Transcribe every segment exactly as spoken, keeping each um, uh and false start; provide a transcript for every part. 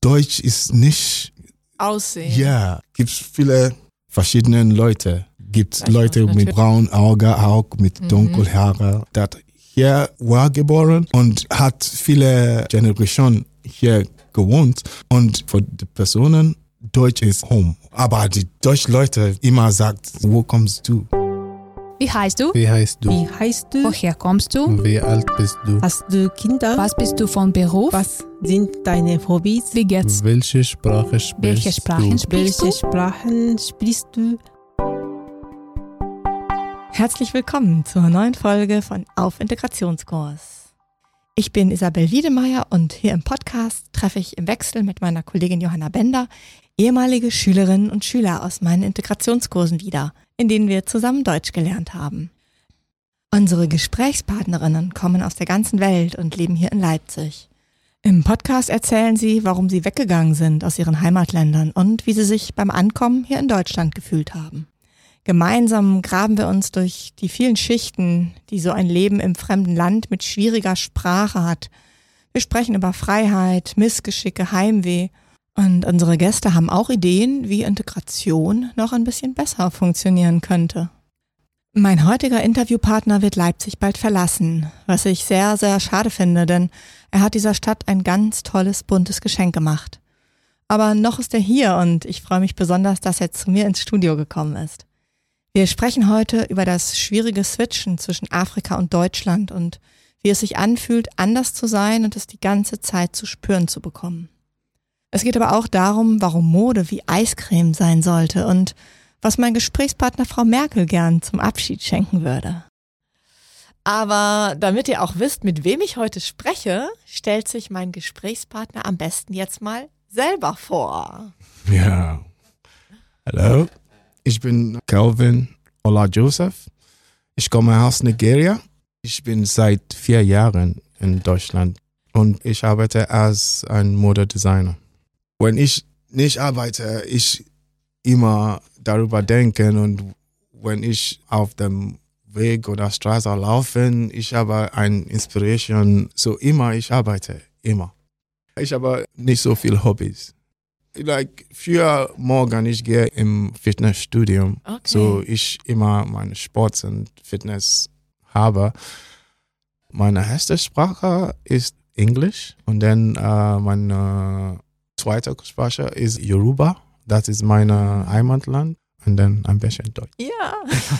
Deutsch ist nicht Aussehen. Ja, gibt viele verschiedene Leute. Gibt Gleich Leute was, mit braunen Augen, auch mit Mhm. dunklen Haaren. Das hier war geboren und hat viele Generationen hier gewohnt. Und für die Personen, Deutsch ist home. Aber die deutschen Leute immer sagt, wo kommst du? Wie heißt du? Wie heißt du? Wie heißt du? Woher kommst du? Wie alt bist du? Hast du Kinder? Was bist du von Beruf? Was sind deine Hobbys? Wie geht's? Welche Sprache sprichst Welche Sprachen du? sprichst Welche du? Sprachen sprichst du? Herzlich willkommen zur neuen Folge von Auf Integrationskurs. Ich bin Isabel Wiedemeyer und hier im Podcast treffe ich im Wechsel mit meiner Kollegin Johanna Bender ehemalige Schülerinnen und Schüler aus meinen Integrationskursen wieder, in denen wir zusammen Deutsch gelernt haben. Unsere Gesprächspartnerinnen kommen aus der ganzen Welt und leben hier in Leipzig. Im Podcast erzählen sie, warum sie weggegangen sind aus ihren Heimatländern und wie sie sich beim Ankommen hier in Deutschland gefühlt haben. Gemeinsam graben wir uns durch die vielen Schichten, die so ein Leben im fremden Land mit schwieriger Sprache hat. Wir sprechen über Freiheit, Missgeschicke, Heimweh. Und unsere Gäste haben auch Ideen, wie Integration noch ein bisschen besser funktionieren könnte. Mein heutiger Interviewpartner wird Leipzig bald verlassen, was ich sehr, sehr schade finde, denn er hat dieser Stadt ein ganz tolles, buntes Geschenk gemacht. Aber noch ist er hier und ich freue mich besonders, dass er zu mir ins Studio gekommen ist. Wir sprechen heute über das schwierige Switchen zwischen Afrika und Deutschland und wie es sich anfühlt, anders zu sein und es die ganze Zeit zu spüren zu bekommen. Es geht aber auch darum, warum Mode wie Eiscreme sein sollte und was mein Gesprächspartner Frau Merkel gern zum Abschied schenken würde. Aber damit ihr auch wisst, mit wem ich heute spreche, stellt sich mein Gesprächspartner am besten jetzt mal selber vor. Ja. Hallo, ich bin Kelvin Ola Joseph. Ich komme aus Nigeria. Ich bin seit vier Jahren in Deutschland und ich arbeite als ein Modedesigner. Wenn ich nicht arbeite, ich immer darüber denken und wenn ich auf dem Weg oder Straße laufe, ich habe eine Inspiration, so immer ich arbeite, immer. Ich habe nicht so viele Hobbys. Like, für morgen, ich gehe im Fitnessstudio, Okay. so ich immer meine Sport und Fitness habe. Meine erste Sprache ist Englisch und dann äh, meine zweite Sprache ist Yoruba. Das ist mein Heimatland und dann ein bisschen Deutsch. Ja.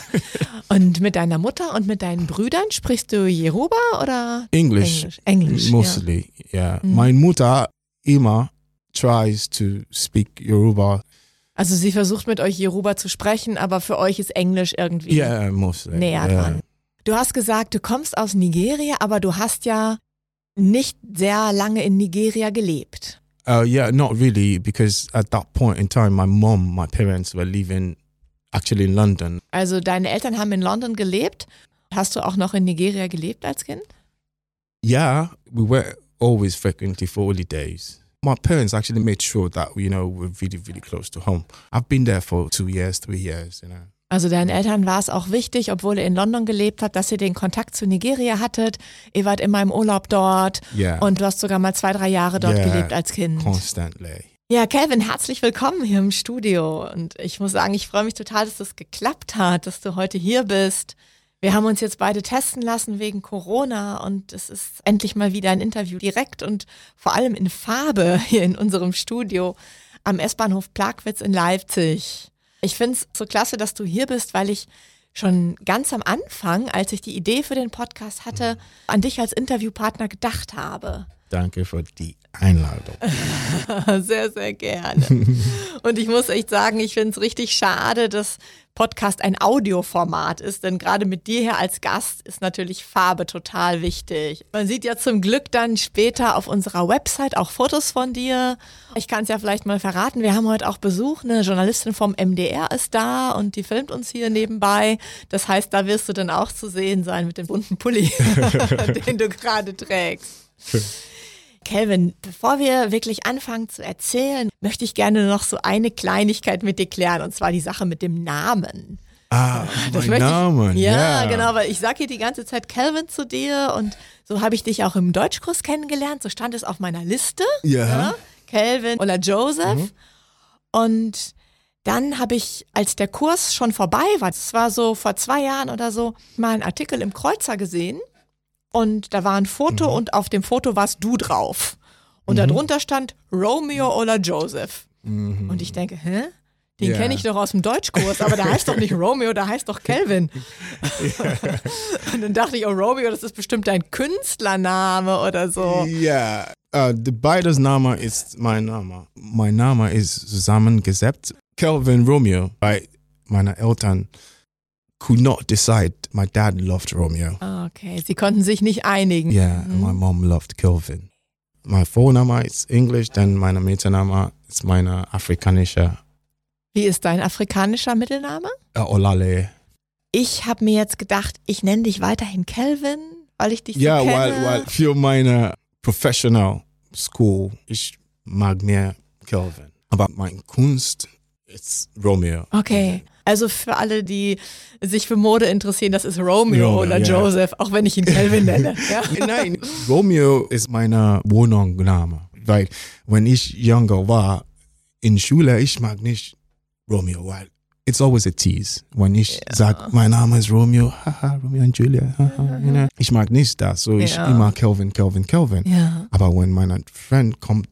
Und mit deiner Mutter und mit deinen Brüdern sprichst du Yoruba oder English, Englisch? Englisch, mostly, yeah. Mhm. Meine Mutter immer tries to speak Yoruba. Also sie versucht mit euch Yoruba zu sprechen, aber für euch ist Englisch irgendwie Yeah, mostly. näher yeah. dran. Du hast gesagt, du kommst aus Nigeria, aber du hast ja nicht sehr lange in Nigeria gelebt. Uh, yeah, not really, because at that point in time, my mom, my parents were living actually in London. Also deine Eltern haben in London gelebt. Hast du auch noch in Nigeria gelebt als Kind? Yeah, we were always frequently for holidays. My parents actually made sure that, you know, we're really, really close to home. I've been there for two years, three years, you know. Also deinen Eltern war es auch wichtig, obwohl ihr in London gelebt habt, dass ihr den Kontakt zu Nigeria hattet. Ihr wart immer im Urlaub dort Yeah. und du hast sogar mal zwei, drei Jahre dort Yeah, gelebt als Kind. Constantly. Ja, Kelvin, herzlich willkommen hier im Studio. Und ich muss sagen, ich freue mich total, dass das geklappt hat, dass du heute hier bist. Wir haben uns jetzt beide testen lassen wegen Corona und es ist endlich mal wieder ein Interview direkt und vor allem in Farbe hier in unserem Studio am S-Bahnhof Plagwitz in Leipzig. Ich finde es so klasse, dass du hier bist, weil ich schon ganz am Anfang, als ich die Idee für den Podcast hatte, an dich als Interviewpartner gedacht habe. Danke für die Einladung. Sehr, sehr gerne. Und ich muss echt sagen, ich finde es richtig schade, dass Podcast ein Audioformat ist, denn gerade mit dir hier als Gast ist natürlich Farbe total wichtig. Man sieht ja zum Glück dann später auf unserer Website auch Fotos von dir. Ich kann es ja vielleicht mal verraten, wir haben heute auch Besuch, eine Journalistin vom M D R ist da und die filmt uns hier nebenbei. Das heißt, da wirst du dann auch zu sehen sein mit dem bunten Pulli, den du gerade trägst. Kelvin, bevor wir wirklich anfangen zu erzählen, möchte ich gerne noch so eine Kleinigkeit mit dir klären, und zwar die Sache mit dem Namen. Ah, Das mein möchte ich- Name. Ja, yeah. genau, weil ich sage hier die ganze Zeit Kelvin zu dir und so habe ich dich auch im Deutschkurs kennengelernt, so stand es auf meiner Liste. Ja. Ja. Kelvin oder Joseph. Mhm. Und dann habe ich, als der Kurs schon vorbei war, das war so vor zwei Jahren oder so, mal einen Artikel im Kreuzer gesehen. Und da war ein Foto Mhm. und auf dem Foto warst du drauf. Und Mhm. darunter stand Romeo oder Joseph. Mhm. Und ich denke, hä? Den Ja. kenne ich doch aus dem Deutschkurs, aber der heißt doch nicht Romeo, der heißt doch Kelvin. Und dann dachte ich, oh Romeo, das ist bestimmt dein Künstlername oder so. Ja, äh, die beides Name ist mein Name. Mein Name ist zusammengesetzt. Kelvin Romeo, weil meine Eltern could not decide. My dad loved Romeo. Okay, sie konnten sich nicht einigen. Yeah, and my mom loved Kelvin. Mein Vorname ist Englisch, dann meine Mittelname ist meine afrikanische Wie ist dein afrikanischer Mittelname? äh, Olale. Ich habe mir jetzt gedacht, ich nenne dich weiterhin Kelvin, weil ich dich Ja, so kenne. weil, weil für meine Professional School, ich mag mehr Kelvin. Aber mein Kunst ist Romeo. Okay, also für alle, die sich für Mode interessieren, das ist Romeo, Romeo, oder ja. Joseph, auch wenn ich ihn Kelvin nenne. Ja? Nein, Romeo ist meine Wohnungsname. Weil, wenn ich jünger war, in Schule, ich mag nicht Romeo, weil it's always a tease. Wenn ich Ja. sag, mein Name ist Romeo, haha, Romeo und Julia, haha, you know. Ich mag nicht das, so ich Ja. immer Kelvin, Kelvin, Kelvin. Ja. Aber wenn mein Freund kommt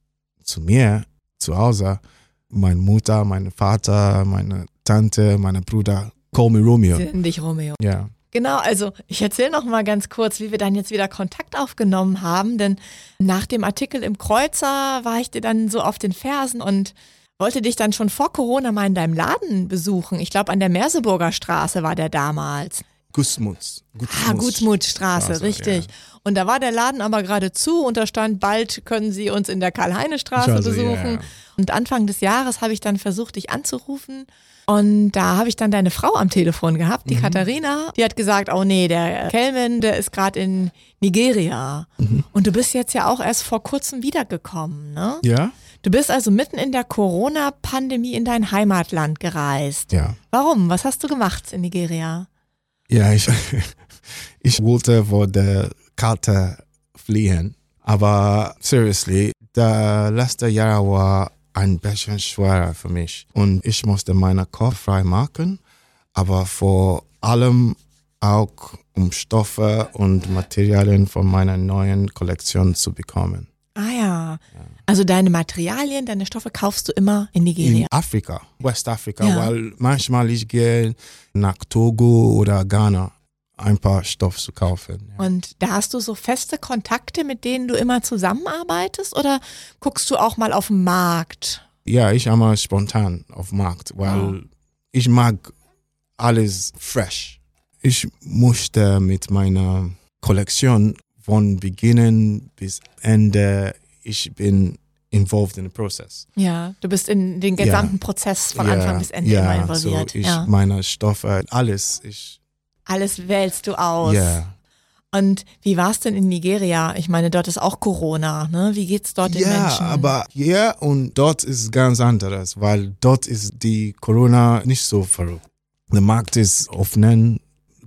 zu mir, zu Hause, meine Mutter, mein Vater, meine Tante, meine Bruder, call me Romeo. Sie nennen dich Romeo. Ja. Genau, also ich erzähle noch mal ganz kurz, wie wir dann jetzt wieder Kontakt aufgenommen haben, denn nach dem Artikel im Kreuzer war ich dir dann so auf den Fersen und wollte dich dann schon vor Corona mal in deinem Laden besuchen. Ich glaube, an der Merseburger Straße war der damals. Gutsmuts. Ah, Gutsmutstraße, Straße, richtig. ja. Und da war der Laden aber gerade zu und da stand, bald können Sie uns in der Karl-Heine-Straße Also, besuchen. ja. Und Anfang des Jahres habe ich dann versucht, dich anzurufen. Und da habe ich dann deine Frau am Telefon gehabt, die Mhm. Katharina. Die hat gesagt, oh nee, der Kelvin, der ist gerade in Nigeria. Mhm. Und du bist jetzt ja auch erst vor kurzem wiedergekommen, ne? Ja? Du bist also mitten in der Corona-Pandemie in dein Heimatland gereist. Ja. Warum? Was hast du gemacht in Nigeria? Ja, ich, ich wollte vor der Kälte fliehen. Aber seriously, das letzte Jahr war ein bisschen schwerer für mich. Und ich musste meinen Kopf frei machen, aber vor allem auch um Stoffe und Materialien von meiner neuen Kollektion zu bekommen. Ah ja. Also deine Materialien, deine Stoffe kaufst du immer in Nigeria. In Afrika, Westafrika, Ja. weil manchmal ich gehe nach Togo oder Ghana, ein paar Stoffe zu kaufen. Ja. Und da hast du so feste Kontakte, mit denen du immer zusammenarbeitest, oder guckst du auch mal auf den Markt? Ja, ich einmal spontan auf dem Markt, weil Oh. ich mag alles fresh. Ich musste mit meiner Kollektion von Beginn bis Ende, ich bin involved in the process. Ja, du bist in den gesamten Prozess von Anfang bis Ende ja, immer involviert. So ich, ja. meine Stoffe, alles. Ich, Alles wählst du aus. ja. Und wie war es denn in Nigeria? Ich meine, dort ist auch Corona, ne? Wie geht's dort den Ja, Menschen? aber hier und dort ist ganz anderes, weil dort ist die Corona nicht so verrückt. Der Markt ist offen,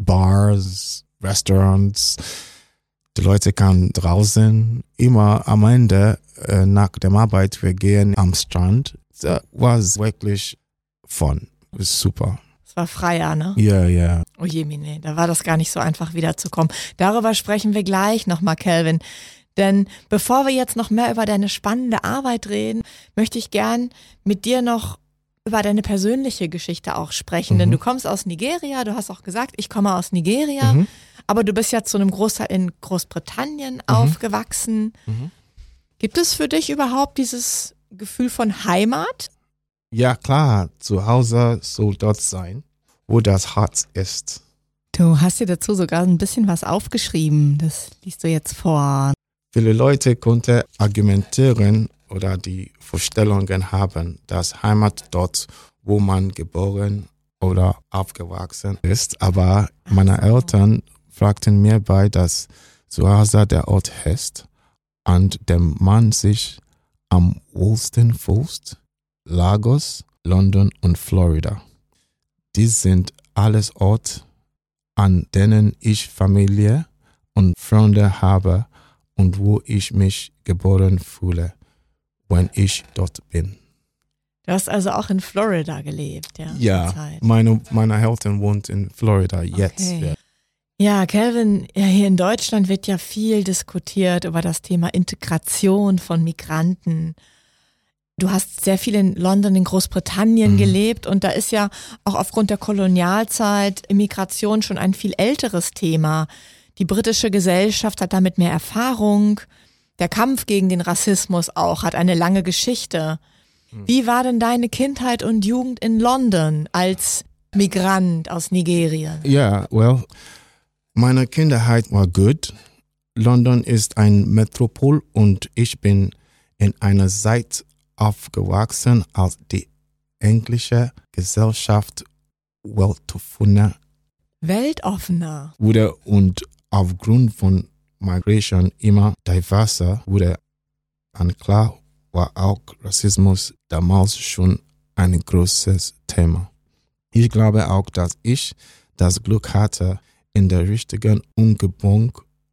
Bars, Restaurants, die Leute kann draußen immer am Ende äh, nach der Arbeit, wir gehen am Strand. Das war wirklich fun, ist super. Es war freier, ne? Ja, ja. Oh je, Mine, da war das gar nicht so einfach wiederzukommen. Darüber sprechen wir gleich nochmal, Kelvin. Denn bevor wir jetzt noch mehr über deine spannende Arbeit reden, möchte ich gern mit dir noch über deine persönliche Geschichte auch sprechen. Mhm. Denn du kommst aus Nigeria, du hast auch gesagt, ich komme aus Nigeria, Mhm. aber du bist ja zu einem Großteil in Großbritannien aufgewachsen. Mhm. Gibt es für dich überhaupt dieses Gefühl von Heimat? Ja, klar, zu Hause soll dort sein, wo das Herz ist. Du hast dir dazu sogar ein bisschen was aufgeschrieben. Das liest du jetzt vor. Viele Leute konnten argumentieren oder die Vorstellungen haben, dass Heimat dort, wo man geboren oder aufgewachsen ist. Aber meine Eltern fragten mir bei, dass zu Hause der Ort ist, an dem man sich am wohlsten fühlt. Lagos, London und Florida. Dies sind alles Orte, an denen ich Familie und Freunde habe und wo ich mich geboren fühle, wenn ich dort bin. Du hast also auch in Florida gelebt, ja? Ja, Zeit. meine, meine Eltern wohnt in Florida jetzt. Okay. Ja. Ja, Calvin, ja, hier in Deutschland wird ja viel diskutiert über das Thema Integration von Migranten. Du hast sehr viel in London, in Großbritannien Mhm. gelebt und da ist ja auch aufgrund der Kolonialzeit Immigration schon ein viel älteres Thema. Die britische Gesellschaft hat damit mehr Erfahrung. Der Kampf gegen den Rassismus auch hat eine lange Geschichte. Wie war denn deine Kindheit und Jugend in London als Migrant aus Nigerien? Ja, well, meine Kindheit war gut. London ist ein Metropol und ich bin in einer Zeit aufgewachsen, als die englische Gesellschaft weltoffener Weltoffener. wurde und aufgrund von Migration immer diverser wurde. Und klar war auch Rassismus damals schon ein großes Thema. Ich glaube auch, dass ich das Glück hatte, in der richtigen Umgebung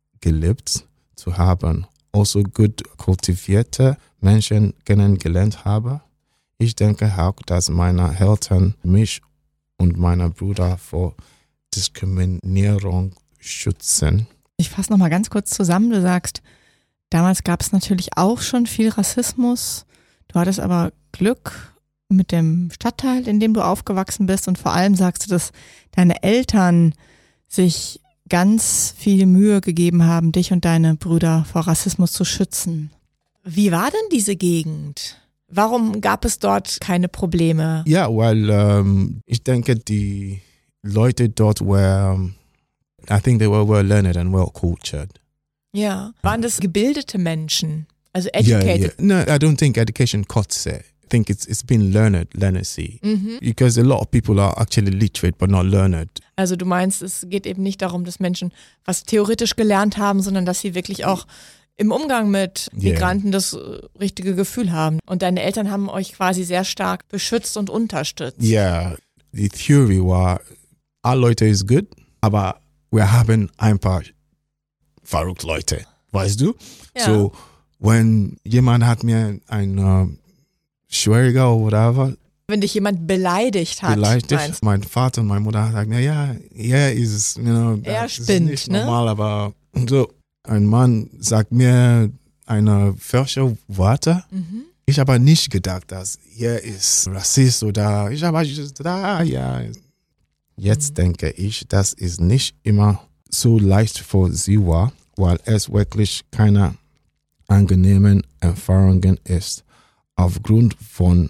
gelebt zu haben, also gut kultivierte Menschen kennengelernt habe. Ich denke auch, dass meine Eltern mich und meine Brüder vor Diskriminierung schützen. Ich fasse nochmal ganz kurz zusammen. Du sagst, damals gab es natürlich auch schon viel Rassismus. Du hattest aber Glück mit dem Stadtteil, in dem du aufgewachsen bist. Und vor allem sagst du, dass deine Eltern sich ganz viel Mühe gegeben haben, dich und deine Brüder vor Rassismus zu schützen. Wie war denn diese Gegend? Warum gab es dort keine Probleme? Ja, weil ähm, ich denke, die Leute dort waren, I think they were well learned and well cultured. Ja. Waren das gebildete Menschen? Also Yeah, educated? yeah. No, I don't think education cuts it. I think it's it's been learned, learnacy. Mhm. Because a lot of people are actually literate but not learned. Also du meinst, es geht eben nicht darum, dass Menschen was theoretisch gelernt haben, sondern dass sie wirklich auch im Umgang mit Yeah. Migranten das äh, richtige Gefühl haben. Und deine Eltern haben euch quasi sehr stark beschützt und unterstützt. Yeah, the theory war, alle Leute ist gut, aber wir haben ein paar verrückte Leute, weißt du? Ja. So, wenn jemand hat mir ein uh, Schwieriger oder whatever Wenn dich jemand beleidigt hat, beleidigt, meinst du? mein Vater und meine Mutter sagen mir, ja, er ist, you know, Er das ist spinnt, nicht ne? normal, aber so, ein Mann sagt mir eine falsche Worte. Mhm. Ich habe nicht gedacht, dass er ist Rassist oder ich habe da, ja. Jetzt Mhm. denke ich, dass es nicht immer so leicht für sie war, weil es wirklich keine angenehmen Erfahrungen ist. Aufgrund von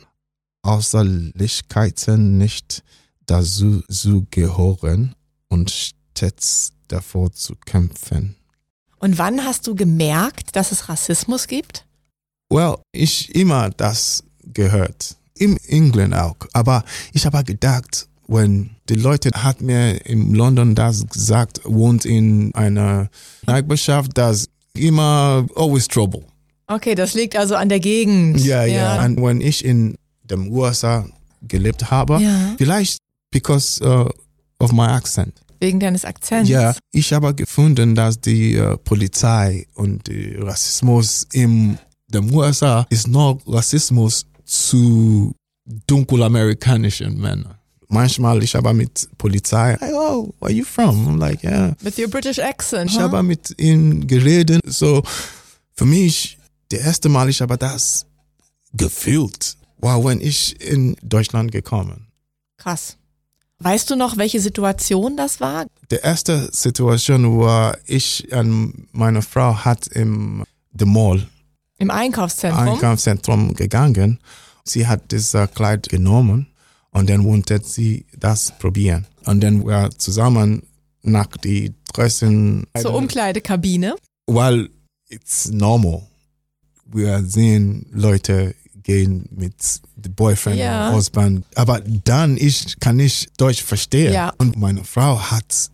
Außerlichkeiten nicht dazu zu gehören und stets davor zu kämpfen. Und wann hast du gemerkt, dass es Rassismus gibt? Well, ich immer das gehört. In England auch. Aber ich habe gedacht, wenn die Leute hat mir in London das gesagt, wohnt in einer Nachbarschaft, das immer always trouble. Okay, das liegt also an der Gegend. Ja, ja. Und wenn ich in den U S A gelebt habe, Ja. vielleicht because uh, of my accent. Wegen deines Akzents. Ja, ich habe gefunden, dass die uh, Polizei und die Rassismus in den U S A ist noch Rassismus zu dunkelamerikanischen Männern. Manchmal ich habe mit Polizei, oh, where are you from? I'm like, yeah. With your British accent, Ich huh? habe mit ihnen geredet. So, für mich, das erste Mal, ich habe das gefühlt. Wow, wenn ich in Deutschland gekommen. Krass. Weißt du noch, welche Situation das war? Die erste Situation war, ich und meine Frau hat im the Mall, Im Einkaufszentrum? Einkaufszentrum gegangen. Sie hat das äh, Kleid genommen und dann wollte sie das probieren. Und dann wir zusammen nach die Dressen. Zur Umkleidekabine? Weil it's normal. Wir sehen Leute gehen mit the boyfriend Ja. und Husband. Aber dann ich kann ich Deutsch verstehen. Ja. Und meine Frau hat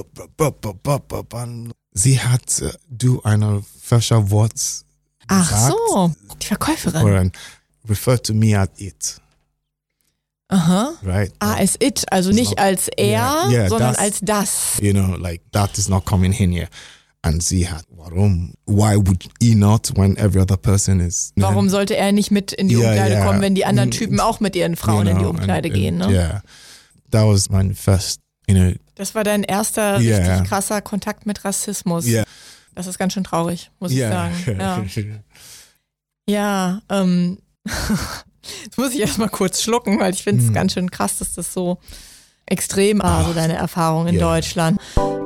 sie hat äh, du eine falsche Wort Ach gesagt. so, die Verkäuferin. Or refer to me as it, Aha. right? Ah, as it, also It's nicht not- als er, Yeah, yeah, sondern das- als das. You know, like that is not coming in here. an sie hat. Warum? Why would he not when every other person is? Warum sollte er nicht mit in die Yeah, Umkleide yeah. kommen, wenn die anderen Typen auch mit ihren Frauen You in die know, Umkleide and, gehen? and, Ne? Yeah, that was my first, you know. Das war dein erster Yeah. richtig krasser Kontakt mit Rassismus. Yeah. Das ist ganz schön traurig, muss Yeah. ich sagen. Ja, ja ähm, jetzt muss ich erstmal kurz schlucken, weil ich finde es Mm. ganz schön krass, dass das so extrem war, so deine Erfahrung in Yeah. Deutschland.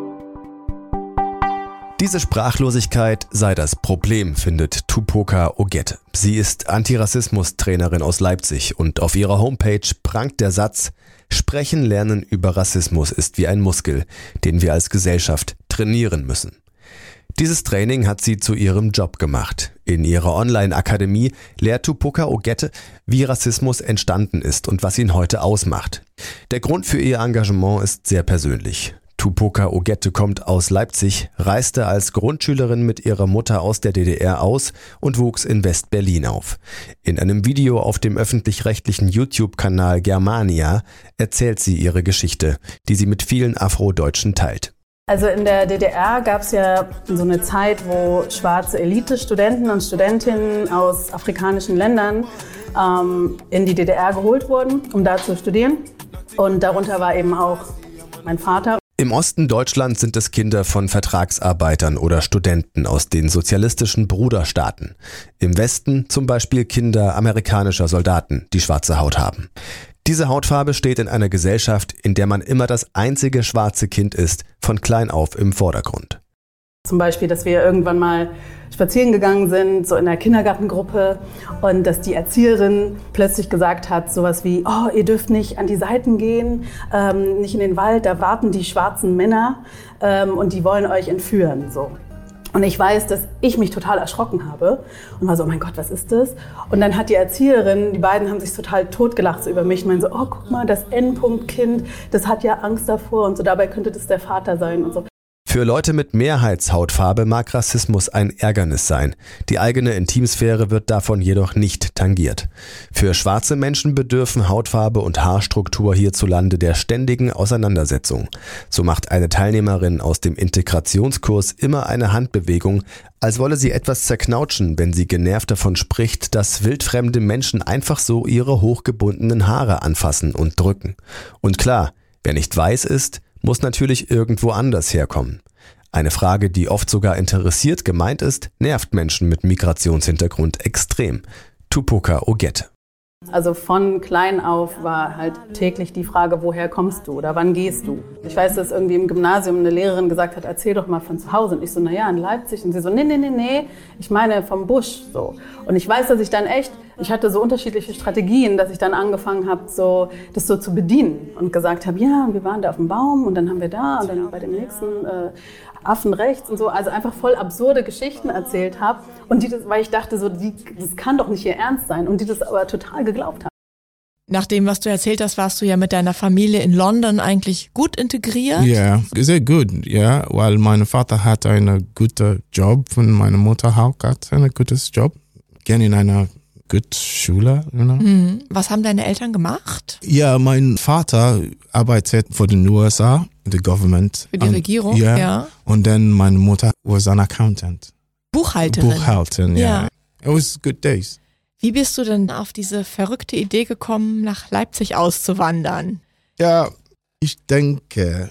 Diese Sprachlosigkeit sei das Problem, findet Tupoka Ogette. Sie ist Antirassismus-Trainerin aus Leipzig und auf ihrer Homepage prangt der Satz: Sprechen lernen über Rassismus ist wie ein Muskel, den wir als Gesellschaft trainieren müssen. Dieses Training hat sie zu ihrem Job gemacht. In ihrer Online-Akademie lehrt Tupoka Ogette, wie Rassismus entstanden ist und was ihn heute ausmacht. Der Grund für ihr Engagement ist sehr persönlich. Tupoka Ogette kommt aus Leipzig, reiste als Grundschülerin mit ihrer Mutter aus der D D R aus und wuchs in West-Berlin auf. In einem Video auf dem öffentlich-rechtlichen YouTube-Kanal Germania erzählt sie ihre Geschichte, die sie mit vielen Afrodeutschen teilt. Also in der D D R gab es ja so eine Zeit, wo schwarze Elite-Studenten und Studentinnen aus afrikanischen Ländern ähm, in die D D R geholt wurden, um da zu studieren. Und darunter war eben auch mein Vater. Im Osten Deutschlands sind es Kinder von Vertragsarbeitern oder Studenten aus den sozialistischen Bruderstaaten. Im Westen zum Beispiel Kinder amerikanischer Soldaten, die schwarze Haut haben. Diese Hautfarbe steht in einer Gesellschaft, in der man immer das einzige schwarze Kind ist, von klein auf im Vordergrund. Zum Beispiel, dass wir irgendwann mal spazieren gegangen sind, so in der Kindergartengruppe, und dass die Erzieherin plötzlich gesagt hat, sowas wie: Oh, ihr dürft nicht an die Seiten gehen, ähm, nicht in den Wald, da warten die schwarzen Männer ähm, und die wollen euch entführen. So. Und ich weiß, dass ich mich total erschrocken habe und war so: Oh mein Gott, was ist das? Und dann hat die Erzieherin, die beiden haben sich total totgelacht so über mich und meinen so: Oh, guck mal, das N-Punkt-Kind, das hat ja Angst davor und so, dabei könnte das der Vater sein und so. Für Leute mit Mehrheitshautfarbe mag Rassismus ein Ärgernis sein. Die eigene Intimsphäre wird davon jedoch nicht tangiert. Für schwarze Menschen bedürfen Hautfarbe und Haarstruktur hierzulande der ständigen Auseinandersetzung. So macht eine Teilnehmerin aus dem Integrationskurs immer eine Handbewegung, als wolle sie etwas zerknautschen, wenn sie genervt davon spricht, dass wildfremde Menschen einfach so ihre hochgebundenen Haare anfassen und drücken. Und klar, wer nicht weiß ist, muss natürlich irgendwo anders herkommen. Eine Frage, die oft sogar interessiert gemeint ist, nervt Menschen mit Migrationshintergrund extrem. Tupoka Ogette. Also von klein auf war halt täglich die Frage: Woher kommst du oder wann gehst du? Ich weiß, dass irgendwie im Gymnasium eine Lehrerin gesagt hat: Erzähl doch mal von zu Hause. Und ich so: Naja, in Leipzig. Und sie so: Nee, nee, nee, nee, ich meine vom Busch. So. Und ich weiß, dass ich dann echt, ich hatte so unterschiedliche Strategien, dass ich dann angefangen habe, so, das so zu bedienen und gesagt habe: Ja, wir waren da auf dem Baum und dann haben wir da und dann bei dem nächsten äh, Affen rechts und so. Also einfach voll absurde Geschichten erzählt habe. Und die, das, weil ich dachte, so, die, das kann doch nicht ihr Ernst sein. Und die das aber total geglaubt haben. Nach dem, was du erzählt hast, warst du ja mit deiner Familie in London eigentlich gut integriert. Yeah, sehr gut, ja, weil mein Vater hat einen guten Job und meine Mutter auch hat einen guten Job. Gehen in einer guten Schule, you know. Mhm. Was haben deine Eltern gemacht? Ja, mein Vater arbeitet für den U S A, the government. Für die Und, Regierung, ja. ja. Und dann meine Mutter was an accountant. Buchhalterin. Buchhalterin, ja. Ja. Yeah. It was good days. Wie bist du denn auf diese verrückte Idee gekommen, nach Leipzig auszuwandern? Ja, ich denke,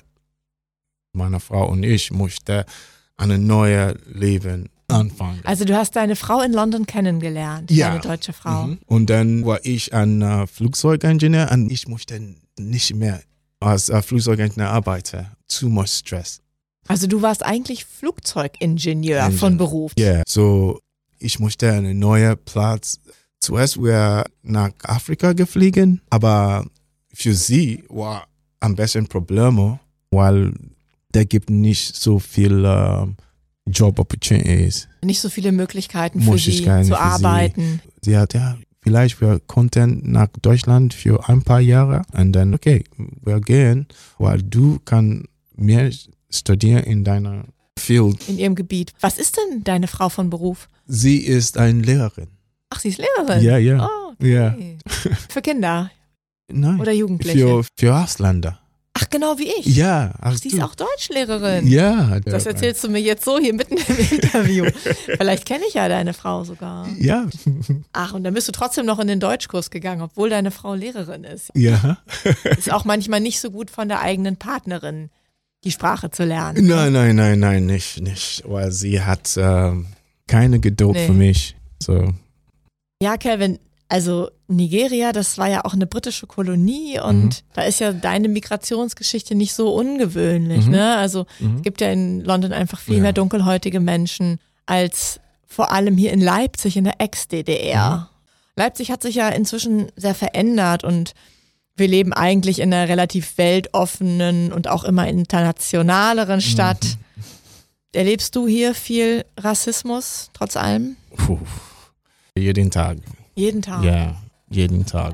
meine Frau und ich mussten ein neues Leben anfangen. Also du hast deine Frau in London kennengelernt, Ja. deine deutsche Frau. Mhm. Und dann war ich ein äh, Flugzeugingenieur und ich musste nicht mehr als äh, Flugzeugingenieur arbeiten. Too much stress. Also du warst eigentlich Flugzeugingenieur Engine. von Beruf. Ja, yeah. So ich musste einen neuen Platz. Zuerst wir nach Afrika geflogen, aber für sie war ein bisschen Probleme, weil da gibt nicht so viel uh, Job Opportunities. Nicht so viele Möglichkeiten für Möglichkeiten sie zu für arbeiten. Sie, sie hat ja, vielleicht wir konnten nach Deutschland für ein paar Jahre und dann, okay, wir gehen, weil du kannst mehr studieren in deiner Field. In ihrem Gebiet. Was ist denn deine Frau von Beruf? Sie ist eine Lehrerin. Ach, sie ist Lehrerin? Ja, ja. Oh, okay. Ja. Für Kinder Nein, oder Jugendliche? für, für Ausländer. Ach, genau wie ich. Ja. Ach, sie ist auch Deutschlehrerin. Ja. Das erzählst du mir jetzt so hier mitten im Interview. Vielleicht kenne ich ja deine Frau sogar. Ja. Ach, und dann bist du trotzdem noch in den Deutschkurs gegangen, obwohl deine Frau Lehrerin ist. Ja. Ist auch manchmal nicht so gut von der eigenen Partnerin, die Sprache zu lernen. Nein, nein, nein, nein, nicht, nicht. Weil sie hat ähm, keine Geduld Nee. für mich. So. Ja, Kelvin, also Nigeria, das war ja auch eine britische Kolonie und Mhm. da ist ja deine Migrationsgeschichte nicht so ungewöhnlich. Mhm. Ne? Also Mhm. es gibt ja in London einfach viel Ja. mehr dunkelhäutige Menschen als vor allem hier in Leipzig in der Ex-D D R. Mhm. Leipzig hat sich ja inzwischen sehr verändert und wir leben eigentlich in einer relativ weltoffenen und auch immer internationaleren Stadt. Mhm. Erlebst du hier viel Rassismus trotz allem? Puh. Jeden Tag. Jeden Tag. Ja, jeden Tag.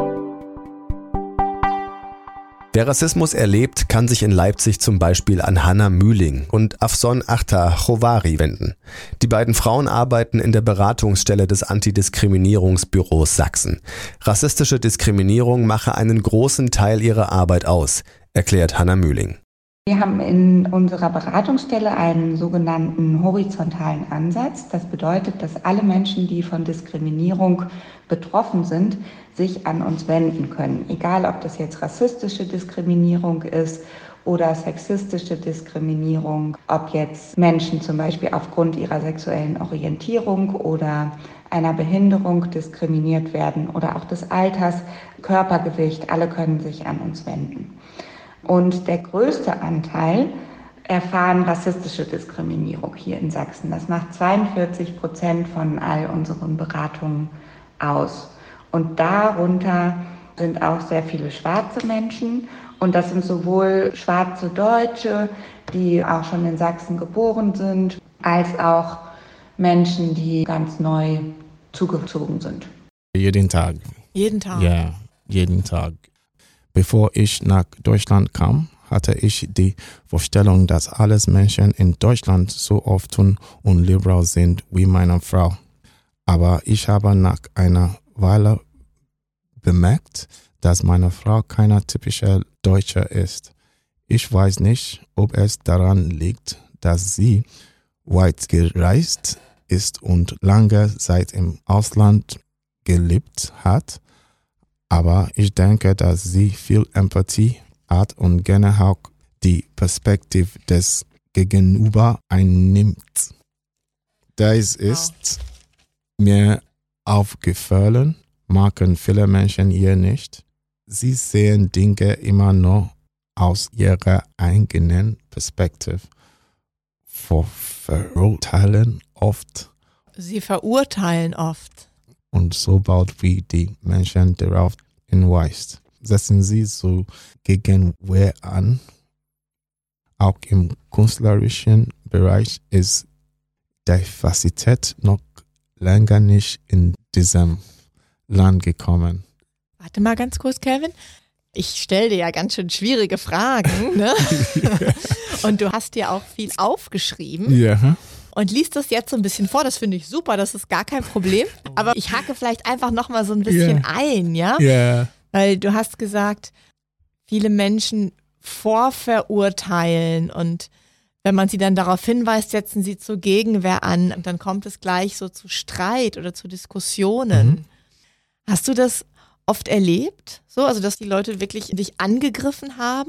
Wer Rassismus erlebt, kann sich in Leipzig zum Beispiel an Hanna Mühling und Afson Achta Chovari wenden. Die beiden Frauen arbeiten in der Beratungsstelle des Antidiskriminierungsbüros Sachsen. Rassistische Diskriminierung mache einen großen Teil ihrer Arbeit aus, erklärt Hanna Mühling. Wir haben in unserer Beratungsstelle einen sogenannten horizontalen Ansatz. Das bedeutet, dass alle Menschen, die von Diskriminierung betroffen sind, sich an uns wenden können. Egal, ob das jetzt rassistische Diskriminierung ist oder sexistische Diskriminierung, ob jetzt Menschen zum Beispiel aufgrund ihrer sexuellen Orientierung oder einer Behinderung diskriminiert werden oder auch des Alters, Körpergewicht, alle können sich an uns wenden. Und der größte Anteil erfahren rassistische Diskriminierung hier in Sachsen. Das macht zweiundvierzig Prozent von all unseren Beratungen aus. Und darunter sind auch sehr viele schwarze Menschen. Und das sind sowohl schwarze Deutsche, die auch schon in Sachsen geboren sind, als auch Menschen, die ganz neu zugezogen sind. Jeden Tag. Jeden Tag. Ja, jeden Tag. Bevor ich nach Deutschland kam, hatte ich die Vorstellung, dass alle Menschen in Deutschland so offen und liberal sind wie meine Frau. Aber ich habe nach einer Weile bemerkt, dass meine Frau keine typische Deutsche ist. Ich weiß nicht, ob es daran liegt, dass sie weit gereist ist und lange Zeit im Ausland gelebt hat. Aber ich denke, dass sie viel Empathie hat und gerne auch die Perspektive des Gegenüber einnimmt. Das ist mir aufgefallen, machen viele Menschen hier nicht. Sie sehen Dinge immer nur aus ihrer eigenen Perspektive, verurteilen oft. Sie verurteilen oft. Und sobald wie die Menschen darauf hinweist, setzen sie so Gegenwehr an. Auch im künstlerischen Bereich ist Diversität noch länger nicht in diesem Land gekommen. Warte mal ganz kurz, Kelvin. Ich stelle dir ja ganz schön schwierige Fragen, ne? Und du hast dir auch viel aufgeschrieben. Ja. Und liest das jetzt so ein bisschen vor. Das finde ich super, das ist gar kein Problem. Aber ich hake vielleicht einfach nochmal so ein bisschen Ja. ein, ja? Ja. Weil du hast gesagt, viele Menschen vorverurteilen und wenn man sie dann darauf hinweist, setzen sie zur Gegenwehr an und dann kommt es gleich so zu Streit oder zu Diskussionen. Mhm. Hast du das oft erlebt? So, also dass die Leute wirklich dich angegriffen haben?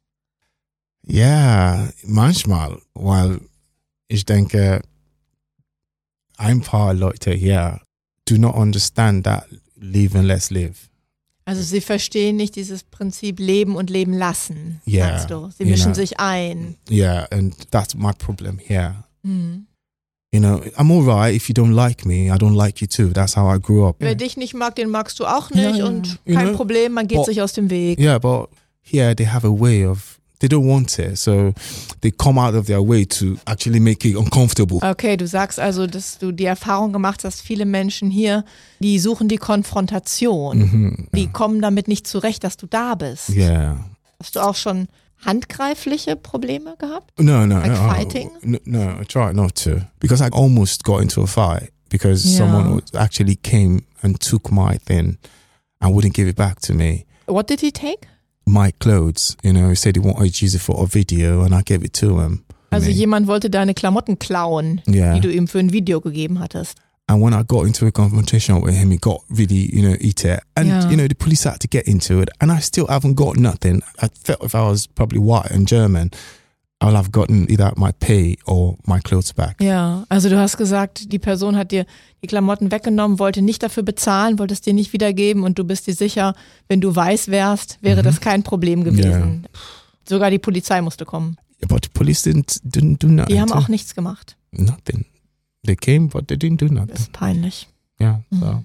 Ja, manchmal, weil ich denke, ein paar Leute hier do not understand that live and let's live. Also sie verstehen nicht dieses Prinzip Leben und Leben lassen, Yeah, sagst du. Sie you mischen know. sich ein. Yeah, and that's my problem here. Mhm. You know, I'm alright if you don't like me, I don't like you too. That's how I grew up. Wer dich nicht mag, den magst du auch nicht Ja, ja, und you kein know, Problem, man geht but- sich aus dem Weg. Yeah, but here they have a way of, they don't want it, so they come out of their way to actually make it uncomfortable. Okay, du sagst also, dass du die Erfahrung gemacht hast, viele Menschen hier, die suchen die Konfrontation. Mhm. Die kommen damit nicht zurecht, dass du da bist. Yeah. Hast du auch schon handgreifliche Probleme gehabt? No, no, Like no, fighting? No, no, I try not to because I almost got into a fight because Yeah. someone was- actually came and took my thing and wouldn't give it back to me. What did he take? my clothes. You know, he said he wanted to use it for a video and I gave it to him. Also Me. jemand wollte deine Klamotten klauen, Yeah. die du ihm für ein Video gegeben hattest. And when I got into a confrontation with him, he got really, you know, heated. And, Yeah. you know, the police had to get into it. And I still haven't got nothing. I felt if I was probably white and German, I'll have gotten either my pay or my clothes back. Ja, also du hast gesagt, die Person hat dir die Klamotten weggenommen, wollte nicht dafür bezahlen, wollte es dir nicht wiedergeben und du bist dir sicher, wenn du weiß wärst, wäre Mhm. das kein Problem gewesen. Sogar die Polizei musste kommen. But the police didn't, didn't do nothing. Die haben to- auch nichts gemacht. Nothing. They came, but they didn't do Das nothing. ist peinlich. Yeah, so. Mhm.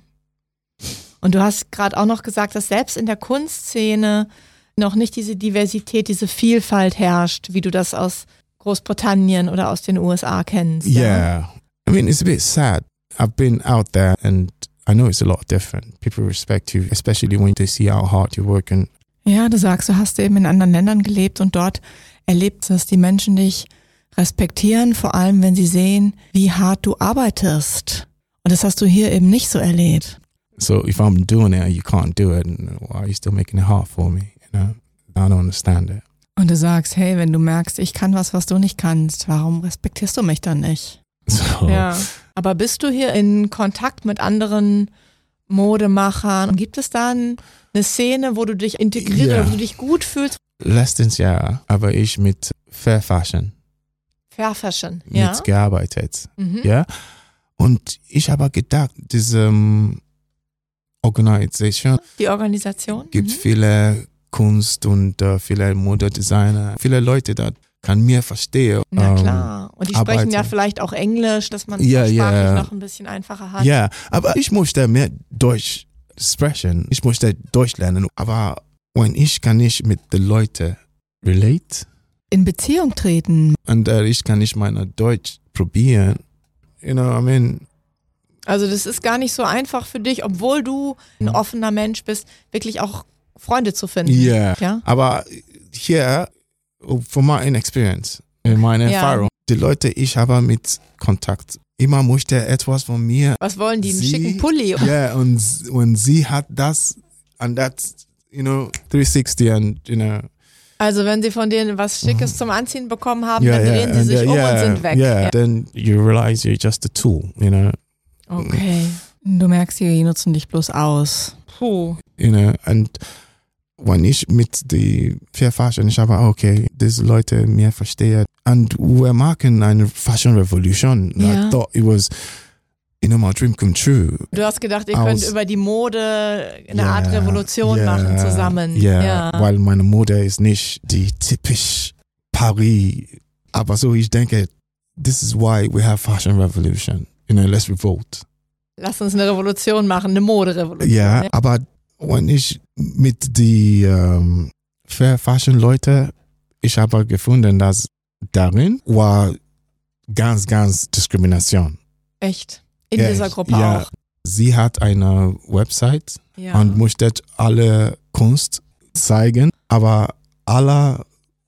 Und du hast gerade auch noch gesagt, dass selbst in der Kunstszene noch nicht diese Diversität, diese Vielfalt herrscht, wie du das aus Großbritannien oder aus den U S A kennst. Ja? Yeah. I mean, it's a bit sad. I've been out there and I know it's a lot different. People respect you, especially when they see how hard you're working. Ja, du sagst, du hast eben in anderen Ländern gelebt und dort erlebt, dass die Menschen dich respektieren, vor allem wenn sie sehen, wie hart du arbeitest. Und das hast du hier eben nicht so erlebt. So if I'm doing it and you can't do it, why are you still making it hard for me? You know, I don't understand it. Und du sagst, hey, wenn du merkst, ich kann was, was du nicht kannst, warum respektierst du mich dann nicht? So Ja. Aber bist du hier in Kontakt mit anderen Modemachern? Gibt es da eine Szene, wo du dich integrierst Ja. oder wo du dich gut fühlst? letztens Jahr habe ich mit Fair Fashion Fair Fashion, ja. mitgearbeitet. Mhm. Ja. Und ich habe gedacht, diese um, Organisation Die Organisation? gibt Mhm. viele Kunst und uh, viele Modedesigner, viele Leute, die kann mir verstehen. Na ähm, klar. Und die sprechen arbeite. ja vielleicht auch Englisch, dass man es Ja, sprachlich ja. noch ein bisschen einfacher hat. Ja, aber ich möchte mehr Deutsch sprechen. Ich möchte Deutsch lernen. Aber wenn ich kann nicht mit den Leuten relate In Beziehung treten. und uh, ich kann nicht meine Deutsch probieren, you know, I mean, Also das ist gar nicht so einfach für dich, obwohl du ein offener Mensch bist, wirklich auch Freunde zu finden. yeah. Ja? Aber hier, from my experience, in meiner Ja. Erfahrung, die Leute, ich habe mit Kontakt, immer möchte etwas von mir. Was wollen die? Einen Sie- schicken Pulli? Ja, und, und sie hat das, and that's, you know, three sixty and, you know, Also wenn sie von denen was Schickes zum Anziehen bekommen haben, yeah, dann yeah, drehen sie and, sich uh, um yeah, und sind weg. Yeah, Ja. then you realize you're just a tool, you know, Okay. Du merkst, die nutzen dich bloß aus. Puh. you know, and wenn ich mit die Fair Fashion, ich habe, okay, diese Leute mir verstehen, and we're making eine Fashion Revolution. Ja. I thought it was, you know, my dream come true. Du hast gedacht, ihr Aus- könnt über die Mode eine Ja, Art Revolution ja, machen zusammen. Ja, Ja. weil meine Mode ist nicht die typisch Paris, aber so ich denke, this is why we have Fashion Revolution. You know, let's revolt. Lass uns eine Revolution machen, eine Moderevolution. Ja, ne? aber wenn ich mit die ähm, Fair Fashion Leute, ich habe gefunden, dass darin war ganz, ganz Diskrimination. Echt. In Ja, dieser Gruppe ja. auch. Sie hat eine Website Ja. und möchte alle Kunst zeigen, aber alle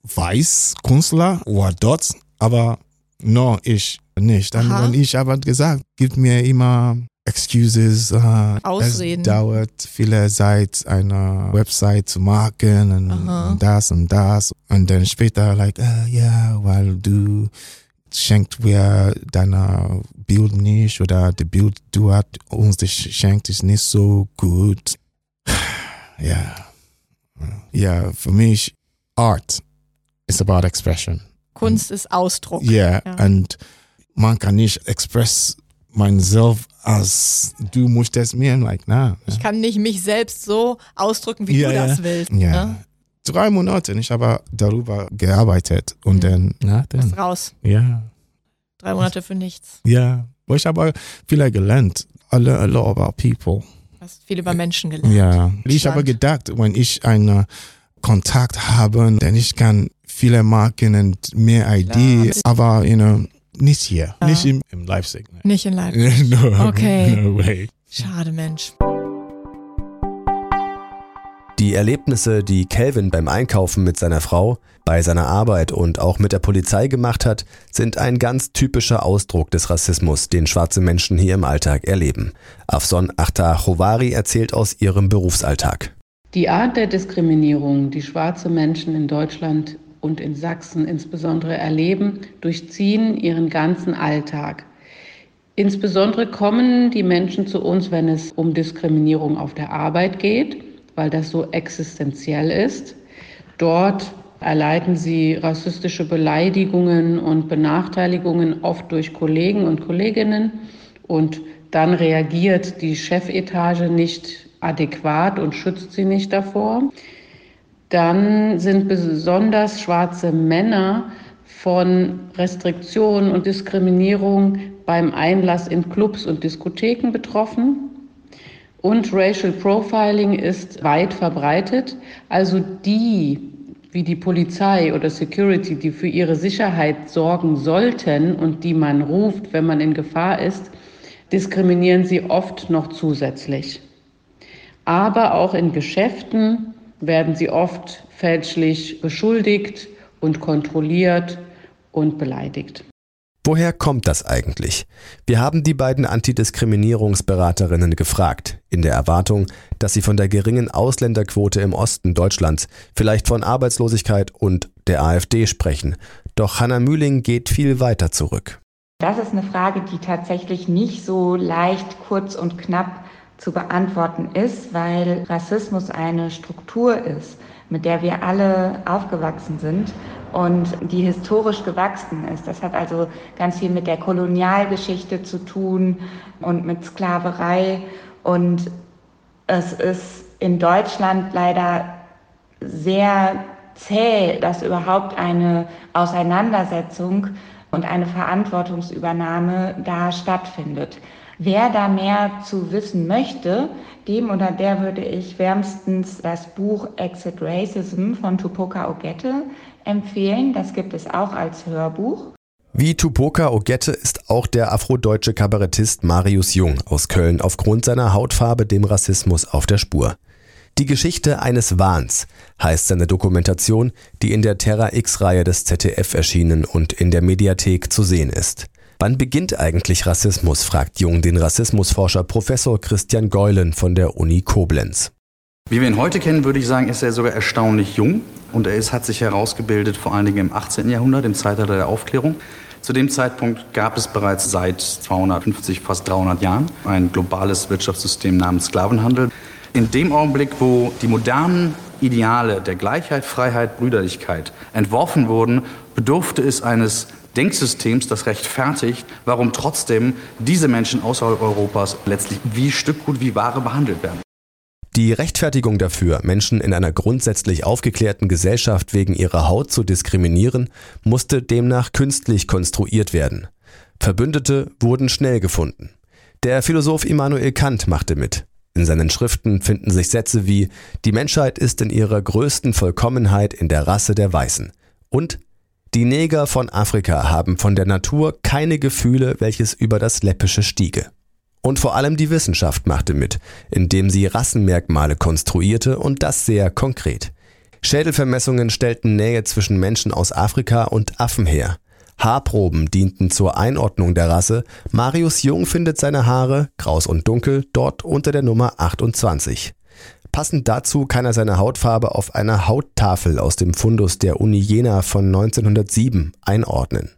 weiß Künstler war dort, aber no, ich nicht. Und, Aha. und ich habe gesagt, gibt mir immer Excuses, uh, Ausreden. es dauert viele Zeit, eine Website zu machen und, Aha. und das und das und dann später like, uh, ja, weil du schenkt wir deine Bild nicht oder die Bild du hat uns geschenkt ist nicht so gut. Ja, ja, für mich Art is about expression. Kunst ist Ausdruck. Yeah, Ja. und man kann nicht express myself als du musst es mir like na. Ich kann nicht mich selbst so ausdrücken, wie Ja, du ja. das willst. Ja. Ne? Drei Monate, ich habe darüber gearbeitet und dann, na, Bist dann, raus. ja, Drei Monate für nichts. ja. Aber ich habe viel gelernt. I learned a lot about people. Du hast viel über Menschen gelernt. Ja. Ich habe Spannend. gedacht, wenn ich einen Kontakt habe, dann ich kann viele Marken und mehr Ideen, aber, you know, nicht hier, Ja. nicht im, im Leipzig. Ne? Nicht in Leipzig. no, Okay. no way. Schade, Mensch. Die Erlebnisse, die Calvin beim Einkaufen mit seiner Frau, bei seiner Arbeit und auch mit der Polizei gemacht hat, sind ein ganz typischer Ausdruck des Rassismus, den schwarze Menschen hier im Alltag erleben. Afson Akhtar Chovari erzählt aus ihrem Berufsalltag. Die Art der Diskriminierung, die schwarze Menschen in Deutschland und in Sachsen insbesondere erleben, durchziehen ihren ganzen Alltag. Insbesondere kommen die Menschen zu uns, wenn es um Diskriminierung auf der Arbeit geht, weil das so existenziell ist. Dort erleiden sie rassistische Beleidigungen und Benachteiligungen oft durch Kollegen und Kolleginnen. Und dann reagiert die Chefetage nicht adäquat und schützt sie nicht davor. Dann sind besonders schwarze Männer von Restriktionen und Diskriminierung beim Einlass in Clubs und Diskotheken betroffen. Und Racial Profiling ist weit verbreitet. Also die, wie die Polizei oder Security, die für ihre Sicherheit sorgen sollten und die man ruft, wenn man in Gefahr ist, diskriminieren sie oft noch zusätzlich. Aber auch in Geschäften werden sie oft fälschlich beschuldigt und kontrolliert und beleidigt. Woher kommt das eigentlich? Wir haben die beiden Antidiskriminierungsberaterinnen gefragt, in der Erwartung, dass sie von der geringen Ausländerquote im Osten Deutschlands, vielleicht von Arbeitslosigkeit und der AfD sprechen. Doch Hanna Mühling geht viel weiter zurück. Das ist eine Frage, die tatsächlich nicht so leicht, kurz und knapp zu beantworten ist, weil Rassismus eine Struktur ist, mit der wir alle aufgewachsen sind und die historisch gewachsen ist. Das hat also ganz viel mit der Kolonialgeschichte zu tun und mit Sklaverei. Und es ist in Deutschland leider sehr zäh, dass überhaupt eine Auseinandersetzung und eine Verantwortungsübernahme da stattfindet. Wer da mehr zu wissen möchte, dem oder der würde ich wärmstens das Buch Exit Racism von Tupoka Ogette empfehlen. Das gibt es auch als Hörbuch. Wie Tupoka Ogette ist auch der afrodeutsche Kabarettist Marius Jung aus Köln aufgrund seiner Hautfarbe dem Rassismus auf der Spur. Die Geschichte eines Wahns heißt seine Dokumentation, die in der Terra X-Reihe des Z D F erschienen und in der Mediathek zu sehen ist. Wann beginnt eigentlich Rassismus, fragt Jung den Rassismusforscher Professor Christian Geulen von der Uni Koblenz. Wie wir ihn heute kennen, würde ich sagen, ist er sogar erstaunlich jung. Und er ist, hat sich herausgebildet vor allen Dingen im achtzehnten Jahrhundert, im Zeitalter der Aufklärung. Zu dem Zeitpunkt gab es bereits seit zweihundertfünfzig, fast dreihundert Jahren ein globales Wirtschaftssystem namens Sklavenhandel. In dem Augenblick, wo die modernen Ideale der Gleichheit, Freiheit, Brüderlichkeit entworfen wurden, bedurfte es eines Denksystems, das rechtfertigt, warum trotzdem diese Menschen außerhalb Europas letztlich wie Stückgut, wie Ware behandelt werden. Die Rechtfertigung dafür, Menschen in einer grundsätzlich aufgeklärten Gesellschaft wegen ihrer Haut zu diskriminieren, musste demnach künstlich konstruiert werden. Verbündete wurden schnell gefunden. Der Philosoph Immanuel Kant machte mit. In seinen Schriften finden sich Sätze wie: Die Menschheit ist in ihrer größten Vollkommenheit in der Rasse der Weißen. Und die Neger von Afrika haben von der Natur keine Gefühle, welches über das Läppische stiege. Und vor allem die Wissenschaft machte mit, indem sie Rassenmerkmale konstruierte und das sehr konkret. Schädelvermessungen stellten Nähe zwischen Menschen aus Afrika und Affen her. Haarproben dienten zur Einordnung der Rasse. Marius Jung findet seine Haare, kraus und dunkel, dort unter der Nummer achtundzwanzig. Passend dazu kann er seine Hautfarbe auf einer Hauttafel aus dem Fundus der Uni Jena von neunzehnhundertsieben einordnen.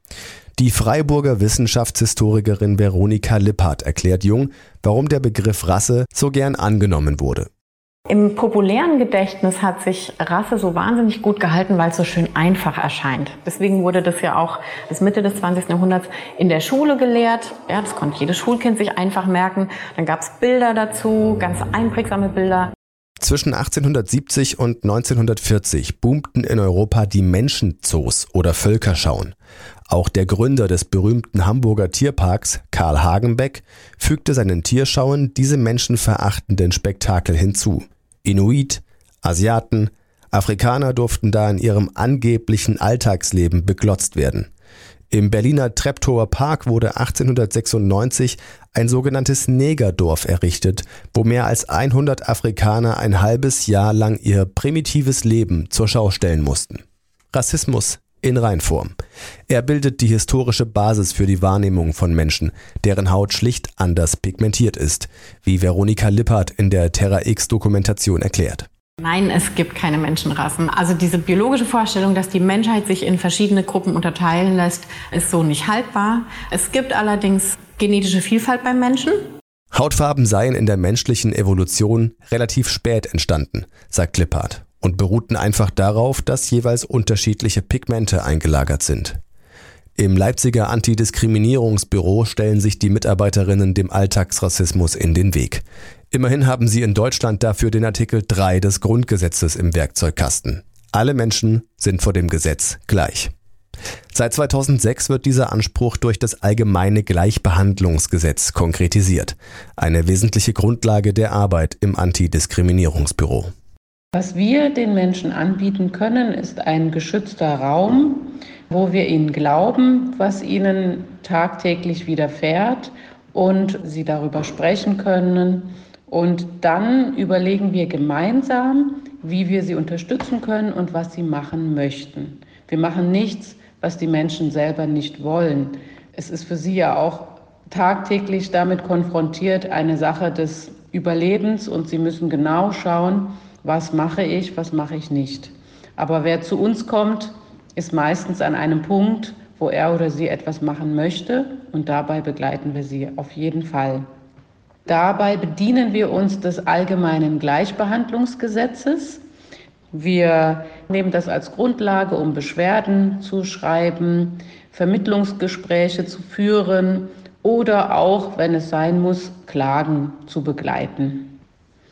Die Freiburger Wissenschaftshistorikerin Veronika Lippert erklärt Jung, warum der Begriff Rasse so gern angenommen wurde. Im populären Gedächtnis hat sich Rasse so wahnsinnig gut gehalten, weil es so schön einfach erscheint. Deswegen wurde das ja auch bis Mitte des zwanzigsten Jahrhunderts in der Schule gelehrt. Ja, das konnte jedes Schulkind sich einfach merken. Dann gab es Bilder dazu, ganz einprägsame Bilder. Zwischen achtzehnhundertsiebzig und neunzehnhundertvierzig boomten in Europa die Menschenzoos oder Völkerschauen. Auch der Gründer des berühmten Hamburger Tierparks, Karl Hagenbeck, fügte seinen Tierschauen diese menschenverachtenden Spektakel hinzu. Inuit, Asiaten, Afrikaner durften da in ihrem angeblichen Alltagsleben beglotzt werden. Im Berliner Treptower Park wurde achtzehnhundertsechsundneunzig ein sogenanntes Negerdorf errichtet, wo mehr als hundert Afrikaner ein halbes Jahr lang ihr primitives Leben zur Schau stellen mussten. Rassismus in Reinform. Er bildet die historische Basis für die Wahrnehmung von Menschen, deren Haut schlicht anders pigmentiert ist, wie Veronika Lippert in der Terra X-Dokumentation erklärt. Nein, es gibt keine Menschenrassen. Also diese biologische Vorstellung, dass die Menschheit sich in verschiedene Gruppen unterteilen lässt, ist so nicht haltbar. Es gibt allerdings genetische Vielfalt beim Menschen. Hautfarben seien in der menschlichen Evolution relativ spät entstanden, sagt Lippert, und beruhten einfach darauf, dass jeweils unterschiedliche Pigmente eingelagert sind. Im Leipziger Antidiskriminierungsbüro stellen sich die Mitarbeiterinnen dem Alltagsrassismus in den Weg. Immerhin haben sie in Deutschland dafür den Artikel drei des Grundgesetzes im Werkzeugkasten. Alle Menschen sind vor dem Gesetz gleich. Seit zweitausendsechs wird dieser Anspruch durch das Allgemeine Gleichbehandlungsgesetz konkretisiert. Eine wesentliche Grundlage der Arbeit im Antidiskriminierungsbüro. Was wir den Menschen anbieten können, ist ein geschützter Raum, wo wir ihnen glauben, was ihnen tagtäglich widerfährt und sie darüber sprechen können. Und dann überlegen wir gemeinsam, wie wir sie unterstützen können und was sie machen möchten. Wir machen nichts, was die Menschen selber nicht wollen. Es ist für sie ja auch tagtäglich damit konfrontiert, eine Sache des Überlebens, und sie müssen genau schauen, was mache ich, was mache ich nicht. Aber wer zu uns kommt, ist meistens an einem Punkt, wo er oder sie etwas machen möchte, und dabei begleiten wir sie auf jeden Fall. Dabei bedienen wir uns des allgemeinen Gleichbehandlungsgesetzes. Wir nehmen das als Grundlage, um Beschwerden zu schreiben, Vermittlungsgespräche zu führen oder auch, wenn es sein muss, Klagen zu begleiten.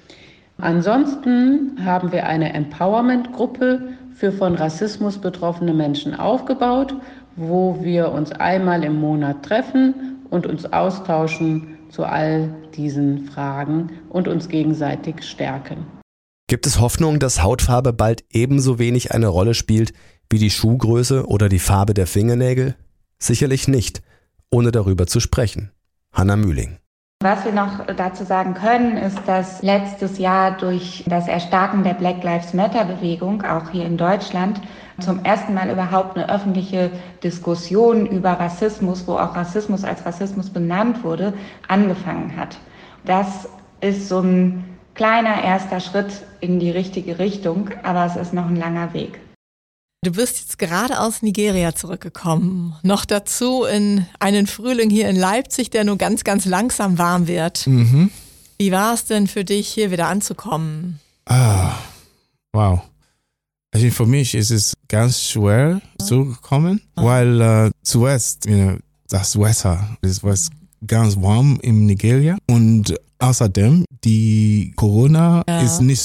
Ansonsten haben wir eine Empowerment-Gruppe für von Rassismus betroffene Menschen aufgebaut, wo wir uns einmal im Monat treffen und uns austauschen zu all diesen Fragen und uns gegenseitig stärken. Gibt es Hoffnung, dass Hautfarbe bald ebenso wenig eine Rolle spielt wie die Schuhgröße oder die Farbe der Fingernägel? Sicherlich nicht, ohne darüber zu sprechen. Hanna Mühling. Was wir noch dazu sagen können, ist, dass letztes Jahr durch das Erstarken der Black Lives Matter-Bewegung, auch hier in Deutschland, zum ersten Mal überhaupt eine öffentliche Diskussion über Rassismus, wo auch Rassismus als Rassismus benannt wurde, angefangen hat. Das ist so ein kleiner erster Schritt in die richtige Richtung, aber es ist noch ein langer Weg. Du bist jetzt gerade aus Nigeria zurückgekommen. Noch dazu in einen Frühling hier in Leipzig, der nur ganz, ganz langsam warm wird. Mhm. Wie war es denn für dich, hier wieder anzukommen? Ah, wow. Also für mich ist es ganz schwer zurückzukommen, oh. weil äh, zuerst, you know, das Wetter, es war ganz warm in Nigeria und außerdem die Corona ja. ist nicht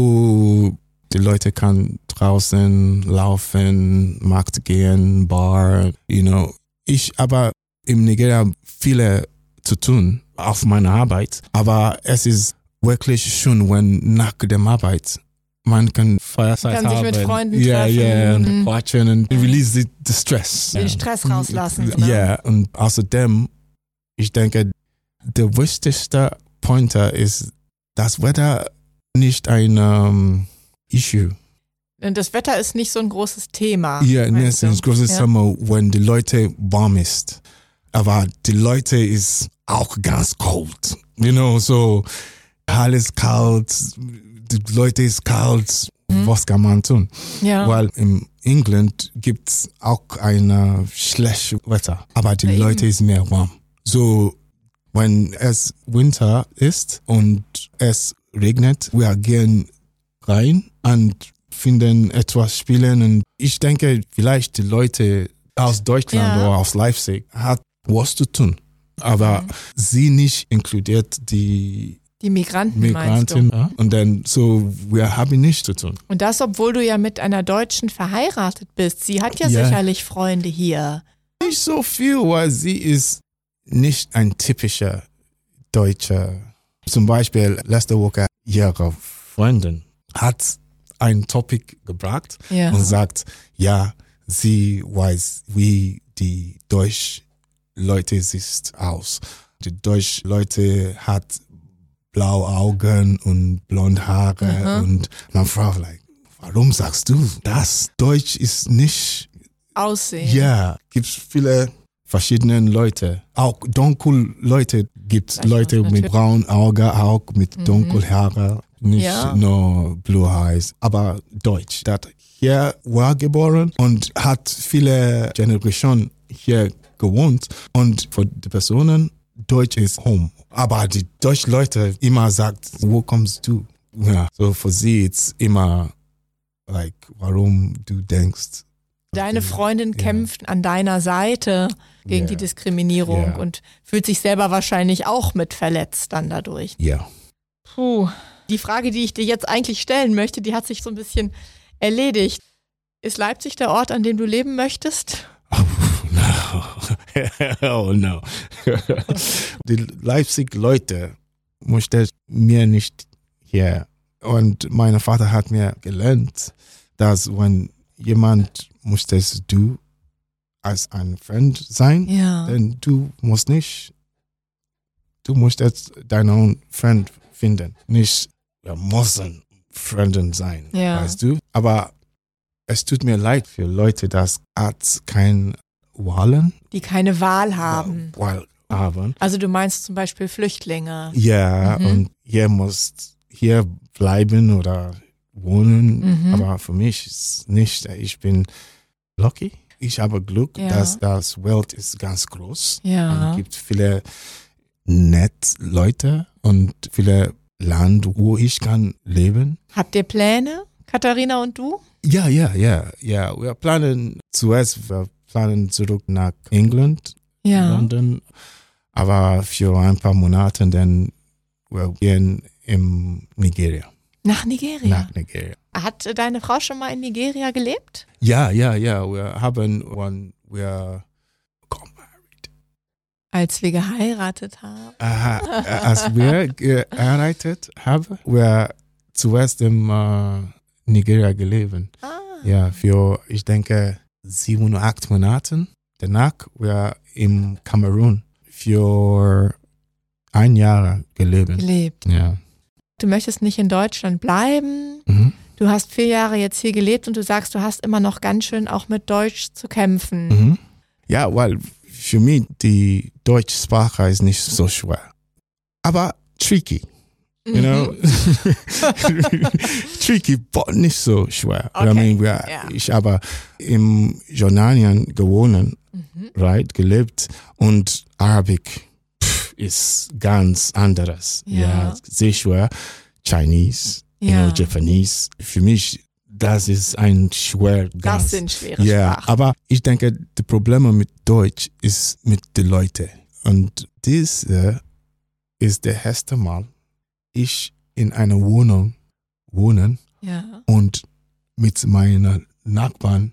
so, die Leute können draußen laufen, Markt gehen, Bar, you know. Ich aber in Nigeria viele zu tun auf meiner Arbeit, aber es ist wirklich schön, wenn nach der Arbeit man kann Feierzeit haben. Man kann sich mit Freunden yeah, treffen. Ja, yeah, und mhm. quatschen und release the, the stress. Den Stress rauslassen. Ja, yeah, und außerdem, ich denke, der wichtigste Pointer ist, das Wetter nicht ein um, Issue. Und das Wetter ist nicht so ein großes Thema. Ja, yeah, es ist ein großes ja. Thema, wenn die Leute warm ist. Aber die Leute ist auch ganz kalt. You know, so alles kalt, die Leute ist kalt, mhm. was kann man tun? Ja. Weil in England gibt es auch ein schlechtes Wetter, aber die ja, Leute eben. Ist mehr warm. So, wenn es Winter ist und es regnet, wir gehen rein und finden etwas spielen. Und ich denke, vielleicht die Leute aus Deutschland ja. oder aus Leipzig hat was zu tun. Aber mhm. sie nicht inkludiert die Die Migranten, Migranten, meinst du? Und dann so, wir haben nichts zu tun. Und das, obwohl du ja mit einer Deutschen verheiratet bist. Sie hat ja, ja sicherlich Freunde hier. Nicht so viel, weil sie ist nicht ein typischer Deutscher. Zum Beispiel, letzte Woche ihre Freundin hat ein Topic gebracht ja. und sagt, ja, sie weiß, wie die deutschen Leute sieht aus. Die deutschen Leute hat blaue Augen und blonde Haare mhm. und man fragt, like, warum sagst du das? Deutsch ist nicht Aussehen. Ja, gibt viele verschiedene Leute. Auch dunkel Leute gibt es Leute mit natürlich. braunen Augen, auch mit Mhm. dunkel Haare, nicht Ja. nur blue eyes, aber Deutsch. Das hier war geboren und hat viele Generationen hier gewohnt und für die Personen Deutsch ist home. Aber die deutschen Leute immer sagt, wo kommst du? Ja, so für sie ist immer like, warum du denkst. Deine Freundin kämpft an deiner Seite gegen Ja. die Diskriminierung Ja. und fühlt sich selber wahrscheinlich auch mit verletzt dann dadurch. Ja. Puh, die Frage, die ich dir jetzt eigentlich stellen möchte, die hat sich so ein bisschen erledigt. Ist Leipzig der Ort, an dem du leben möchtest? Oh no. Die Leipzig-Leute möchten mir nicht hier. Und mein Vater hat mir gelernt, dass wenn jemand möchtest du als ein Freund sein, Ja. dann du musst nicht, du musst jetzt deinen Freund finden. Nicht, wir müssen Freundin sein, Ja. weißt du? Aber es tut mir leid für Leute, das hat kein Wahlen, Die keine Wahl haben. Wahl haben. Also du meinst zum Beispiel Flüchtlinge. Ja, Mhm. und ihr müsst hier bleiben oder wohnen. Mhm. Aber für mich ist nicht, ich bin lucky. Ich habe Glück, Ja. dass das Welt ist ganz groß. Ja. Es gibt viele nette Leute und viele Land, wo ich kann leben. Habt ihr Pläne, Katharina und du? Ja, ja, ja, ja. Wir planen zuerst, wir planen zurück nach England, Ja. London, aber für ein paar Monate dann wir gehen in Nigeria. Nach Nigeria. Nach Nigeria. Hat äh, deine Frau schon mal in Nigeria gelebt? Ja, ja, ja. Wir haben, when wir Als wir geheiratet haben. Aha, als wir geheiratet haben, wir zuerst in uh, Nigeria gelebt. Ah. Ja, für, ich denke, sieben oder acht Monaten. Danach wir im Kamerun für ein Jahr gelebt. Gelebt. Ja. Du möchtest nicht in Deutschland bleiben. Mhm. Du hast vier Jahre jetzt hier gelebt und du sagst, du hast immer noch ganz schön auch mit Deutsch zu kämpfen. Mhm. Ja, weil für mich die deutsche Sprache ist nicht so schwer. Aber tricky. You know? Tricky, but nicht so schwer. Okay. I mean, wir, Ja. ich habe im Jordanien gewohnt, Mhm. right, gelebt und Arabic pff, ist ganz anderes. Ja. Ja, sehr schwer. Chinese, you Ja. know, Japanese. Für mich, das ist ein schwer Das ganz. sind schwere Ja, Sprachen. aber ich denke, die Probleme mit Deutsch ist mit den Leuten. Und dies äh, ist der erste Mal, ich in einer Wohnung wohnen Ja. und mit meinen Nachbarn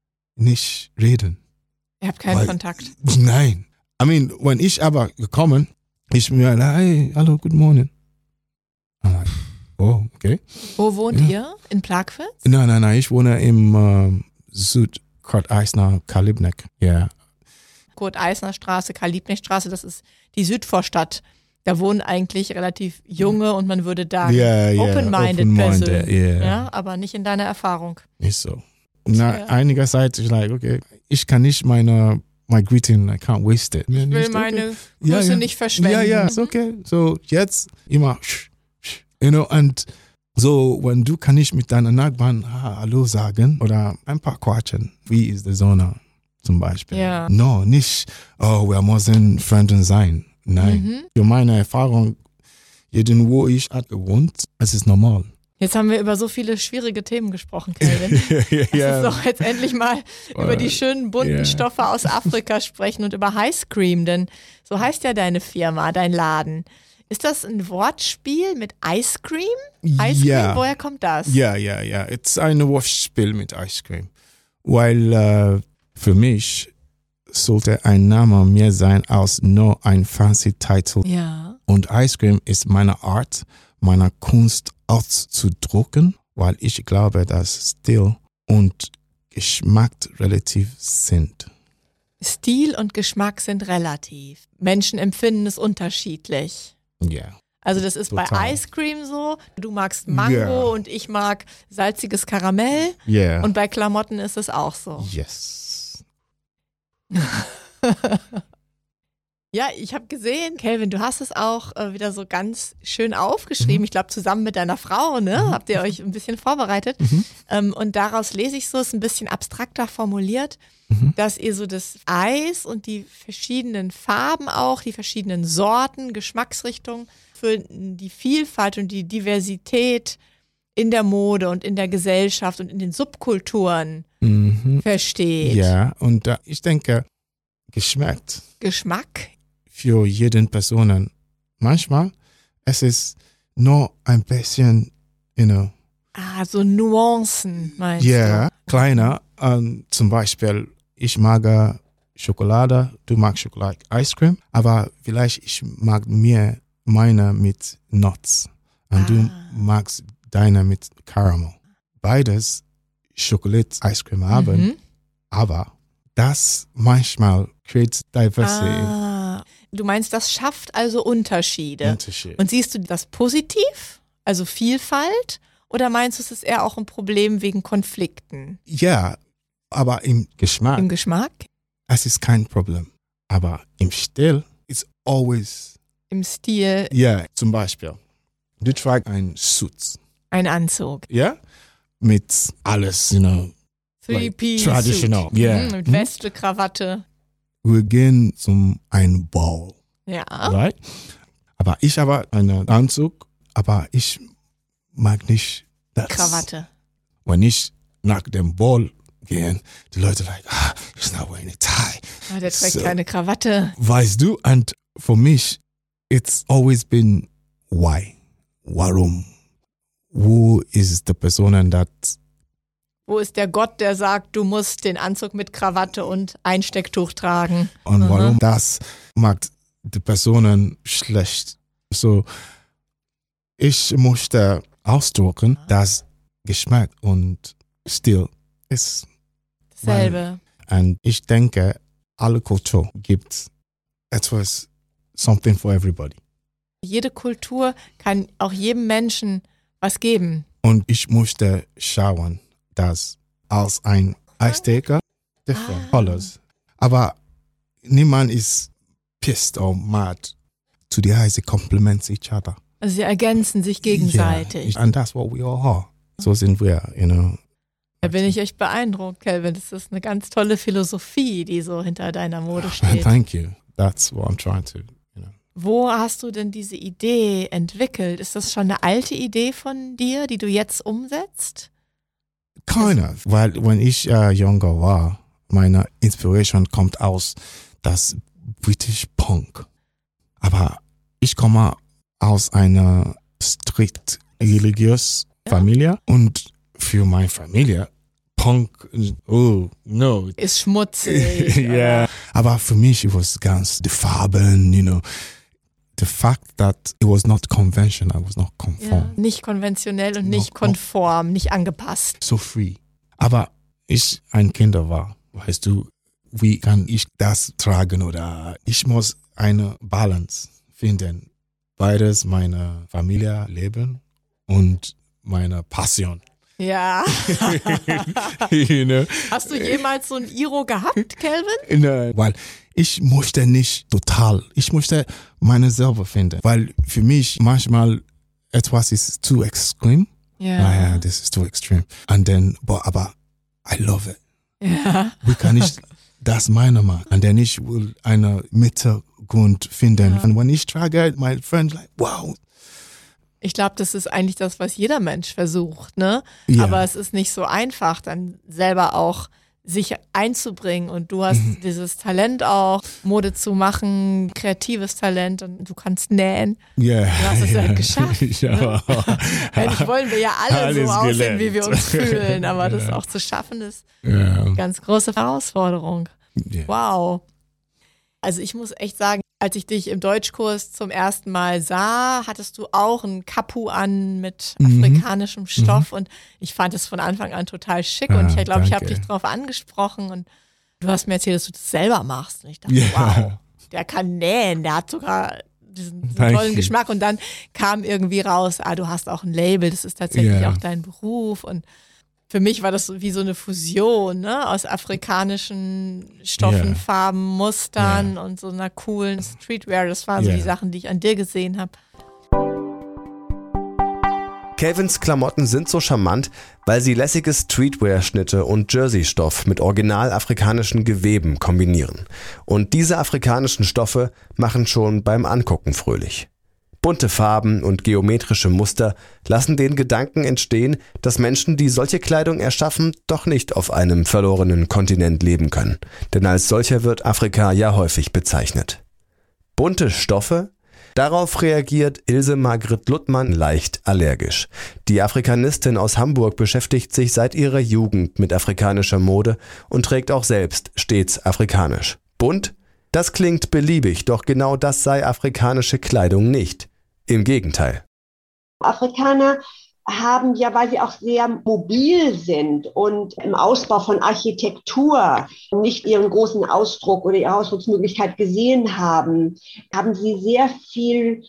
nicht reden. Ihr habt keinen Weil- Kontakt. Nein. I mean, wenn ich aber gekommen, ich mir, hey, hallo, good morning. I'm like, oh, okay. Wo wohnt Ja. ihr? In Plagwitz? Nein, nein, nein, ich wohne im ähm, Süd, Kurt Eisner, Kalibnek. Ja. Kurt-Eisner-Straße, Kalibnechstraße, das ist die Südvorstadt. Da wohnen eigentlich relativ junge und man würde da Ja, ja, open-minded open-minded, Personen. ja. Ja, aber nicht in deiner Erfahrung. Nicht so. Na, Ja. einiger Zeit, ich like, okay, ich kann nicht meine, my greeting, I can't waste it. Ich will Nicht, meine okay. Grüße nicht verschwenden. Ja, ja, ist okay. So, jetzt immer, sch, sch, you know, und so, wenn du kann ich mit deinen Nachbarn ah, Hallo sagen oder ein paar quatschen, wie ist die Sonne zum Beispiel. Ja. No, nicht, oh, wir müssen Freunde sein. Nein. Mhm. Für meine Erfahrung, jeden, wo ich hat gewohnt, es ist normal. Jetzt haben wir über so viele schwierige Themen gesprochen, Kelvin. Lass Ja. uns doch jetzt endlich mal über die schönen bunten Ja. Stoffe aus Afrika sprechen und über Ice Cream, denn so heißt ja deine Firma, dein Laden. Ist das ein Wortspiel mit Ice Cream? Ice Ja. Cream, woher kommt das? Ja, ja, ja. Es ist ein Wortspiel mit Ice Cream. Weil äh, für mich sollte ein Name mehr sein als nur ein fancy Titel. Ja. Und Ice Cream ist meine Art, meine Kunst auszudrücken, weil ich glaube, dass Stil und Geschmack relativ sind. Stil und Geschmack sind relativ. Menschen empfinden es unterschiedlich. Ja. Also das ist bei Total. Ice Cream so. Du magst Mango Ja. und ich mag salziges Karamell. Yeah. Und bei Klamotten ist es auch so. Yes. Ja, ich habe gesehen, Kelvin, du hast es auch äh, wieder so ganz schön aufgeschrieben. Mhm. Ich glaube, zusammen mit deiner Frau, ne, mhm. habt ihr euch ein bisschen vorbereitet. Mhm. Ähm, und daraus lese ich so, es ist ein bisschen abstrakter formuliert, mhm. dass ihr so das Eis und die verschiedenen Farben auch, die verschiedenen Sorten, Geschmacksrichtungen für die Vielfalt und die Diversität in der Mode und in der Gesellschaft und in den Subkulturen mhm. versteht. Ja, und äh, ich denke, Geschmack. Geschmack? Für jeden Personen. Manchmal, es ist nur ein bisschen, you know. Ah, so Nuancen, meinst yeah, du? Ja, kleiner. Um, zum Beispiel, ich mag Schokolade, du magst Schokolade, Ice Cream, aber vielleicht ich mag mehr meine mit Nuts und ah. du magst deine mit Caramel. Beides Schokolade, Ice Cream haben, mhm. aber das manchmal creates diversity. Ah, du meinst, das schafft also Unterschiede. Unterschied. Und siehst du das positiv, also Vielfalt, oder meinst du, es ist eher auch ein Problem wegen Konflikten? Ja, aber im Geschmack. Im Geschmack? Es ist kein Problem. Aber im Stil ist always. Im Stil? Ja, zum Beispiel, du trägst ein Suit. Ein Anzug. Ja, mit alles, you know. Three-Piece. Like traditional. Yeah. Mhm, mit Weste, Krawatte. Wir gehen zum einen Ball. Ja. Right? Aber ich habe einen Anzug, aber ich mag nicht das. Krawatte. Wenn ich nach dem Ball gehe, die Leute like, ah, he's not wearing a tie. Ah, der trägt so, keine Krawatte. Weißt du, und für mich, it's always been why? Warum? Who is the person that Wo ist der Gott, der sagt, du musst den Anzug mit Krawatte und Einstecktuch tragen? Und Aha. warum das macht die Personen schlecht? So, ich möchte ausdrücken, dass Geschmack und Stil ist dasselbe. Und ich denke, alle Kultur gibt etwas, something for everybody. Jede Kultur kann auch jedem Menschen was geben. Und ich möchte schauen, dass als ein Azteker different ah. colors. Aber niemand ist pissed or mad. To the eyes, they complement each other. Also sie ergänzen sich gegenseitig. Yeah. And that's what we all are. So sind wir, you know. Da bin ich echt beeindruckt, Kelvin. Das ist eine ganz tolle Philosophie, die so hinter deiner Mode steht. Thank you. That's what I'm trying to, you know. Wo hast du denn diese Idee entwickelt? Ist das schon eine alte Idee von dir, die du jetzt umsetzt? Kind of, weil wenn ich uh, jünger war, meine Inspiration kommt aus das British Punk. Aber ich komme aus einer strikt religiösen Familie ja. und für meine Familie Punk, oh no. Ist schmutzig. Ja, yeah. Aber für mich it was ganz die Farben, you know. The fact that it was not conventional, it was not conform. Ja, nicht konventionell und nicht konform, nicht angepasst. So free. Aber ich ein Kind war, weißt du, wie kann ich das tragen oder ich muss eine Balance finden. Beides meine Familie leben und meine Passion. Ja. You know? Hast du jemals so ein Iro gehabt, Kelvin? Nein, weil ich möchte nicht total, ich möchte meine selber finden, weil für mich manchmal etwas ist zu extrem. Ja. Ah, ja, this is too extreme. And then, but, aber I love it. Ja. Wie kann ich das meine machen? Und dann ich will eine Mittelgrund finden. Ja. Und wenn ich trage, my friends like, wow. Ich glaube, das ist eigentlich das, was jeder Mensch versucht, ne? Ja. Aber es ist nicht so einfach, dann selber auch sich einzubringen. Und du hast mhm. dieses Talent auch, Mode zu machen, kreatives Talent und du kannst nähen. Yeah. Du hast es ja yeah. geschafft. Ja. Ne? Eigentlich wollen wir ja alle Alles so aussehen, gelernt. wie wir uns fühlen. Aber ja. das auch zu schaffen, ist ja. eine ganz große Herausforderung. Yeah. Wow. Also ich muss echt sagen, als ich dich im Deutschkurs zum ersten Mal sah, hattest du auch ein Kapu an mit Mhm. afrikanischem Stoff Mhm. und ich fand es von Anfang an total schick Ah, und ich glaube, ich habe danke. dich drauf angesprochen und du hast mir erzählt, dass du das selber machst und ich dachte, Ja. wow, der kann nähen, der hat sogar diesen, diesen Thank tollen you. Geschmack und dann kam irgendwie raus, ah, du hast auch ein Label, das ist tatsächlich Ja. auch dein Beruf und Für mich war das so wie so eine Fusion, ne, aus afrikanischen Stoffen, Yeah. Farben, Mustern Yeah. und so einer coolen Streetwear. Das waren so Yeah. die Sachen, die ich an dir gesehen habe. Calvins Klamotten sind so charmant, weil sie lässige Streetwear-Schnitte und Jersey-Stoff mit original afrikanischen Geweben kombinieren. Und diese afrikanischen Stoffe machen schon beim Angucken fröhlich. Bunte Farben und geometrische Muster lassen den Gedanken entstehen, dass Menschen, die solche Kleidung erschaffen, doch nicht auf einem verlorenen Kontinent leben können. Denn als solcher wird Afrika ja häufig bezeichnet. Bunte Stoffe? Darauf reagiert Ilse Margrit Luttmann leicht allergisch. Die Afrikanistin aus Hamburg beschäftigt sich seit ihrer Jugend mit afrikanischer Mode und trägt auch selbst stets afrikanisch. Bunt? Das klingt beliebig, doch genau das sei afrikanische Kleidung nicht. Im Gegenteil. Afrikaner haben ja, weil sie auch sehr mobil sind und im Ausbau von Architektur nicht ihren großen Ausdruck oder ihre Ausdrucksmöglichkeit gesehen haben, haben sie sehr viel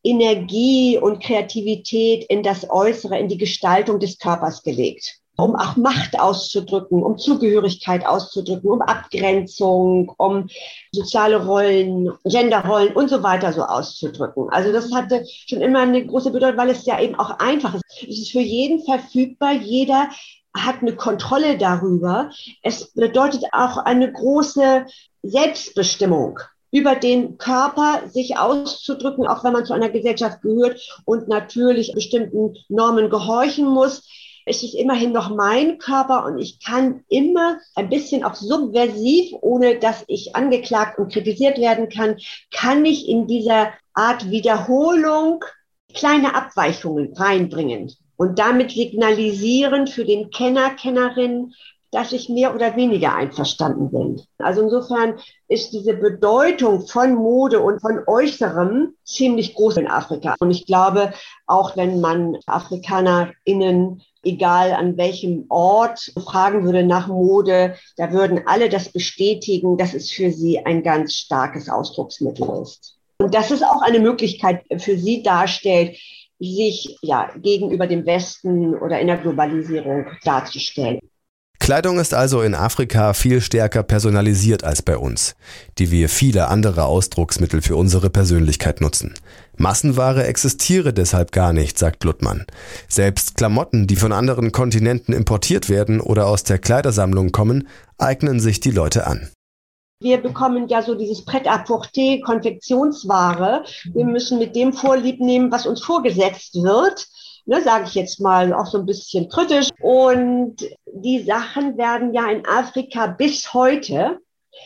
Energie und Kreativität in das Äußere, in die Gestaltung des Körpers gelegt, um auch Macht auszudrücken, um Zugehörigkeit auszudrücken, um Abgrenzung, um soziale Rollen, Genderrollen und so weiter so auszudrücken. Also das hatte schon immer eine große Bedeutung, weil es ja eben auch einfach ist. Es ist für jeden verfügbar, jeder hat eine Kontrolle darüber. Es bedeutet auch eine große Selbstbestimmung über den Körper sich auszudrücken, auch wenn man zu einer Gesellschaft gehört und natürlich bestimmten Normen gehorchen muss. Es ist immerhin noch mein Körper und ich kann immer ein bisschen auch subversiv, ohne dass ich angeklagt und kritisiert werden kann, kann ich in dieser Art Wiederholung kleine Abweichungen reinbringen und damit signalisieren für den Kenner, Kennerin, dass ich mehr oder weniger einverstanden bin. Also insofern ist diese Bedeutung von Mode und von Äußerem ziemlich groß in Afrika. Und ich glaube, auch wenn man AfrikanerInnen, egal an welchem Ort, fragen würde nach Mode, da würden alle das bestätigen, dass es für sie ein ganz starkes Ausdrucksmittel ist. Und dass es auch eine Möglichkeit für sie darstellt, sich ja gegenüber dem Westen oder in der Globalisierung darzustellen. Kleidung ist also in Afrika viel stärker personalisiert als bei uns, die wir viele andere Ausdrucksmittel für unsere Persönlichkeit nutzen. Massenware existiere deshalb gar nicht, sagt Luttmann. Selbst Klamotten, die von anderen Kontinenten importiert werden oder aus der Kleidersammlung kommen, eignen sich die Leute an. Wir bekommen ja so dieses Pret-à-porter, Konfektionsware. Wir müssen mit dem Vorlieb nehmen, was uns vorgesetzt wird. Ne, sage ich jetzt mal auch so ein bisschen kritisch. Und die Sachen werden ja in Afrika bis heute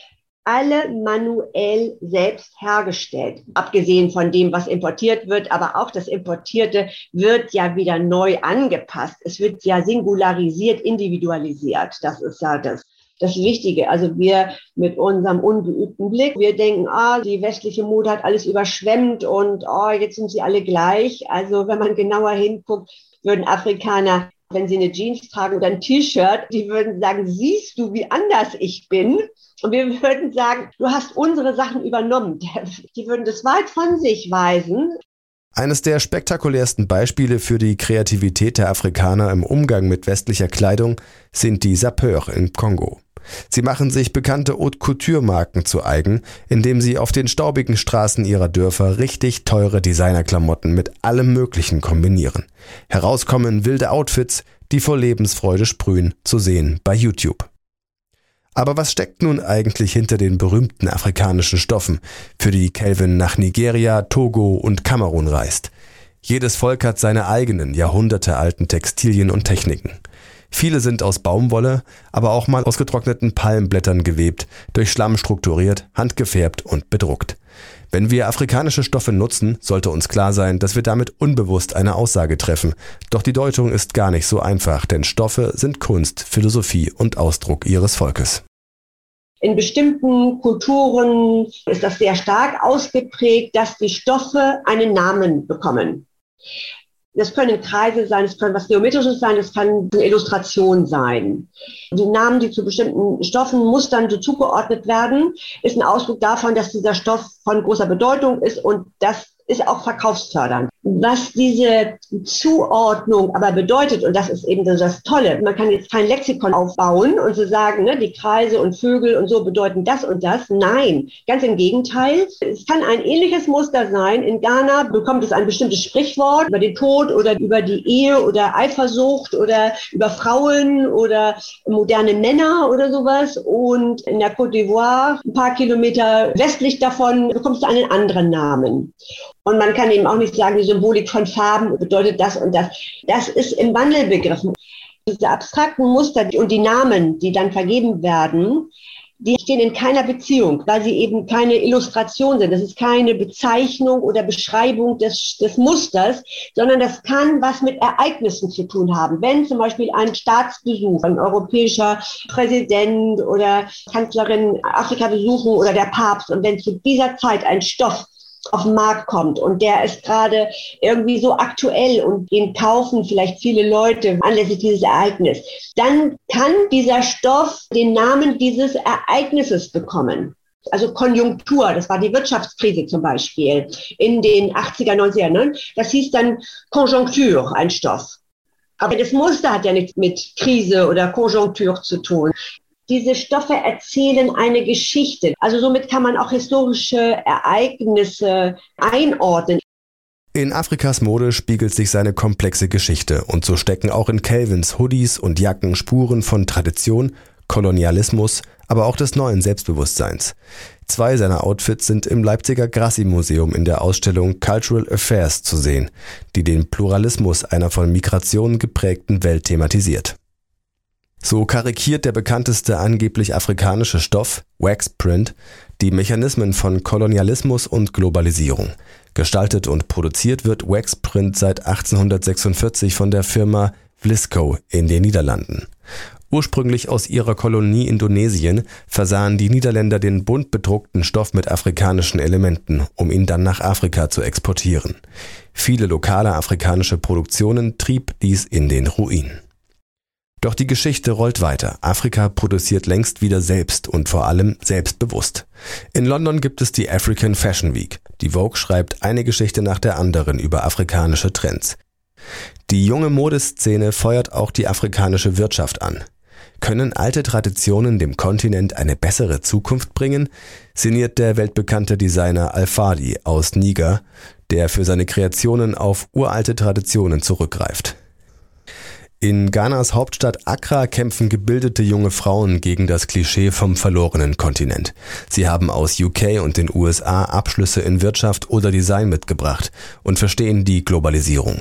alle manuell selbst hergestellt. Abgesehen von dem, was importiert wird, aber auch das Importierte wird ja wieder neu angepasst. Es wird ja singularisiert, individualisiert. Das ist ja das. Das Wichtige, also wir mit unserem ungeübten Blick, wir denken, ah, die westliche Mode hat alles überschwemmt und oh, jetzt sind sie alle gleich. Also wenn man genauer hinguckt, würden Afrikaner, wenn sie eine Jeans tragen oder ein T-Shirt, die würden sagen, siehst du, wie anders ich bin? Und wir würden sagen, du hast unsere Sachen übernommen. Die würden das weit von sich weisen. Eines der spektakulärsten Beispiele für die Kreativität der Afrikaner im Umgang mit westlicher Kleidung sind die Sapeurs im Kongo. Sie machen sich bekannte Haute-Couture-Marken zu eigen, indem sie auf den staubigen Straßen ihrer Dörfer richtig teure Designerklamotten mit allem Möglichen kombinieren. Herauskommen wilde Outfits, die vor Lebensfreude sprühen, zu sehen bei YouTube. Aber was steckt nun eigentlich hinter den berühmten afrikanischen Stoffen, für die Calvin nach Nigeria, Togo und Kamerun reist? Jedes Volk hat seine eigenen, jahrhundertealten Textilien und Techniken. Viele sind aus Baumwolle, aber auch mal aus getrockneten Palmblättern gewebt, durch Schlamm strukturiert, handgefärbt und bedruckt. Wenn wir afrikanische Stoffe nutzen, sollte uns klar sein, dass wir damit unbewusst eine Aussage treffen. Doch die Deutung ist gar nicht so einfach, denn Stoffe sind Kunst, Philosophie und Ausdruck ihres Volkes. In bestimmten Kulturen ist das sehr stark ausgeprägt, dass die Stoffe einen Namen bekommen. Das können Kreise sein, es können was Geometrisches sein, es kann eine Illustration sein. Die Namen, die zu bestimmten Stoffen, Mustern so zugeordnet werden, ist ein Ausdruck davon, dass dieser Stoff von großer Bedeutung ist und das ist auch verkaufsfördernd. Was diese Zuordnung aber bedeutet, und das ist eben das Tolle, man kann jetzt kein Lexikon aufbauen und so sagen, ne, die Kreise und Vögel und so bedeuten das und das. Nein, ganz im Gegenteil. Es kann ein ähnliches Muster sein. In Ghana bekommt es ein bestimmtes Sprichwort über den Tod oder über die Ehe oder Eifersucht oder über Frauen oder moderne Männer oder sowas. Und in der Côte d'Ivoire, ein paar Kilometer westlich davon, bekommst du einen anderen Namen. Und man kann eben auch nicht sagen, die Symbolik von Farben bedeutet das und das. Das ist im Wandel begriffen. Diese abstrakten Muster und die Namen, die dann vergeben werden, die stehen in keiner Beziehung, weil sie eben keine Illustration sind. Das ist keine Bezeichnung oder Beschreibung des, des Musters, sondern das kann was mit Ereignissen zu tun haben. Wenn zum Beispiel ein Staatsbesuch, ein europäischer Präsident oder Kanzlerin Afrika besuchen oder der Papst, und wenn zu dieser Zeit ein Stoff auf den Markt kommt und der ist gerade irgendwie so aktuell und den kaufen vielleicht viele Leute anlässlich dieses Ereignisses, dann kann dieser Stoff den Namen dieses Ereignisses bekommen. Also Konjunktur, das war die Wirtschaftskrise zum Beispiel in den achtziger, neunziger, ne? Das hieß dann Conjoncture, ein Stoff. Aber das Muster hat ja nichts mit Krise oder Konjunktur zu tun. Diese Stoffe erzählen eine Geschichte. Also somit kann man auch historische Ereignisse einordnen. In Afrikas Mode spiegelt sich seine komplexe Geschichte und so stecken auch in Calvins Hoodies und Jacken Spuren von Tradition, Kolonialismus, aber auch des neuen Selbstbewusstseins. Zwei seiner Outfits sind im Leipziger Grassi-Museum in der Ausstellung Cultural Affairs zu sehen, die den Pluralismus einer von Migration geprägten Welt thematisiert. So karikiert der bekannteste angeblich afrikanische Stoff, Waxprint, die Mechanismen von Kolonialismus und Globalisierung. Gestaltet und produziert wird Waxprint seit achtzehnhundertsechsundvierzig von der Firma Vlisco in den Niederlanden. Ursprünglich aus ihrer Kolonie Indonesien versahen die Niederländer den bunt bedruckten Stoff mit afrikanischen Elementen, um ihn dann nach Afrika zu exportieren. Viele lokale afrikanische Produktionen trieb dies in den Ruin. Doch die Geschichte rollt weiter. Afrika produziert längst wieder selbst und vor allem selbstbewusst. In London gibt es die African Fashion Week. Die Vogue schreibt eine Geschichte nach der anderen über afrikanische Trends. Die junge Modeszene feuert auch die afrikanische Wirtschaft an. Können alte Traditionen dem Kontinent eine bessere Zukunft bringen, sinniert der weltbekannte Designer Al-Fadi aus Niger, der für seine Kreationen auf uralte Traditionen zurückgreift. In Ghanas Hauptstadt Accra kämpfen gebildete junge Frauen gegen das Klischee vom verlorenen Kontinent. Sie haben aus U K und den U S A Abschlüsse in Wirtschaft oder Design mitgebracht und verstehen die Globalisierung.